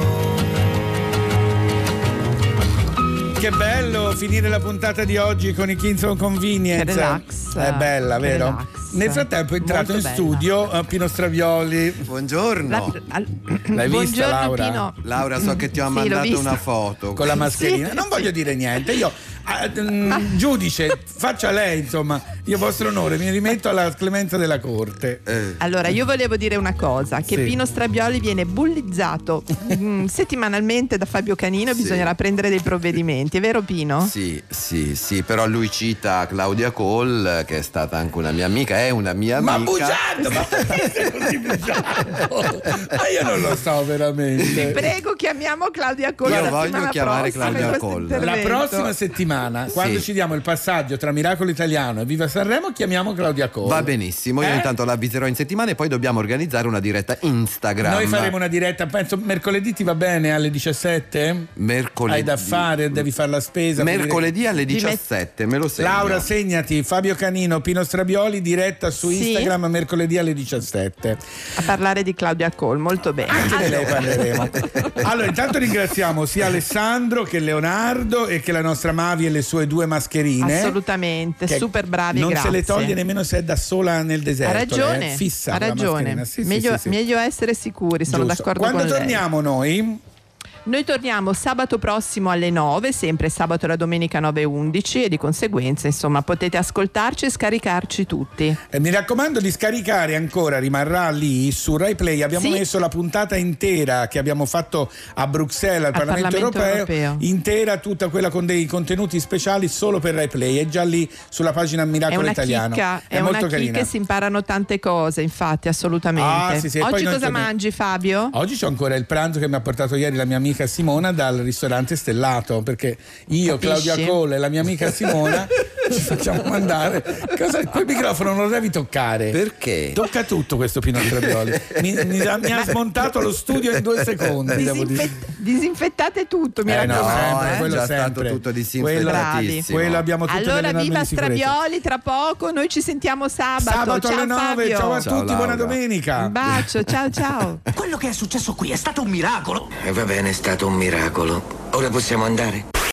you know? Che bello finire la puntata di oggi con i Kings of Convenience. Che relax. È bella, vero? Relax. Nel frattempo è entrato Molto in bella. studio uh, Pino Stravioli. Buongiorno. La- al- L'hai vista, Buongiorno, Laura? Pino. Laura, so che ti ho Sì, l'ho mandato vista. una foto. Con la mascherina. Sì. Non voglio dire niente. Io, eh, mm, giudice, faccia lei, insomma. Io, vostro onore, mi rimetto alla clemenza della corte. Eh. Allora, io volevo dire una cosa, che Sì. Pino Strabioli viene bullizzato mm, settimanalmente da Fabio Canino e Sì. bisognerà prendere dei provvedimenti, è vero Pino? Sì, sì, sì, però lui cita Claudia Cole, che è stata anche una mia amica, è una mia Ma amica. bugiardo, ma perché sei così bugiardo? Ma io non lo so veramente. Prego, chiamiamo Claudia Cole. Io la voglio settimana chiamare prossima Claudia in questo Cole. intervento. La prossima settimana, quando Sì. ci diamo il passaggio tra Miracolo Italiano e Viva Sanremo, chiamiamo Claudia Cole. Va benissimo, io Eh? intanto la avviserò in settimana e poi dobbiamo organizzare una diretta Instagram. Noi faremo una diretta, penso mercoledì ti va bene alle diciassette? Mercoledì. Hai da fare, devi fare la spesa. Mercoledì alle Di me- diciassette, me lo segno. Laura, segnati, Fabio Canino, Pino Strabioli, diretta su Sì. Instagram mercoledì alle diciassette. A parlare di Claudia Cole, molto bene. Anche di lei Allora, parleremo. Allora, intanto ringraziamo sia Alessandro che Leonardo e che la nostra Mavi e le sue due mascherine. assolutamente, Che super bravi, Non grazie. se le toglie nemmeno se è da sola nel Ha deserto. ragione, lei è fissa ha la ragione. mascherina. Sì, sì, meglio, sì, sì. meglio essere sicuri, sono Giusto. d'accordo Quando con lei. torniamo noi? Noi torniamo sabato prossimo alle nove, sempre sabato e la domenica nove e undici, e di conseguenza insomma potete ascoltarci e scaricarci tutti. Eh, mi raccomando di scaricare ancora, rimarrà lì su Rai Play. Abbiamo Sì. messo la puntata intera che abbiamo fatto a Bruxelles al, Al Parlamento, Parlamento Europeo, Europeo. intera tutta quella con dei contenuti speciali solo per Rai Play. È già lì sulla pagina È Miracolo una Italiano. chicca, è, è molto una carina. chicca e si imparano tante cose, infatti, assolutamente. Ah, sì, sì, e poi Oggi noi cosa torniamo- mangi, Fabio? Oggi c'è ancora il pranzo che mi ha portato ieri la mia amica Simona dal ristorante Stellato, perché io, Capisci? Claudia Cole e la mia amica Simona ci facciamo mandare. Cosa, quel microfono non lo devi toccare. Perché? Tocca tutto questo Pino Strabioli. Mi, mi ha- mi ha smontato lo studio in due secondi. devo dire. Disinfet- disinfettate tutto, mi Eh no, raccomando. sempre, è quello già sempre. stato tutto Quello, disinfettatissimo. quello abbiamo tutte Allora, delle norme viva di sicurezza. Strabioli, tra poco noi ci sentiamo sabato. Sabato ciao alle nove, Fabio. ciao a Ciao, tutti, buona Laura. domenica. Un bacio, ciao ciao. Quello che è successo qui è stato un miracolo. E va bene, è stato un miracolo. Ora possiamo andare?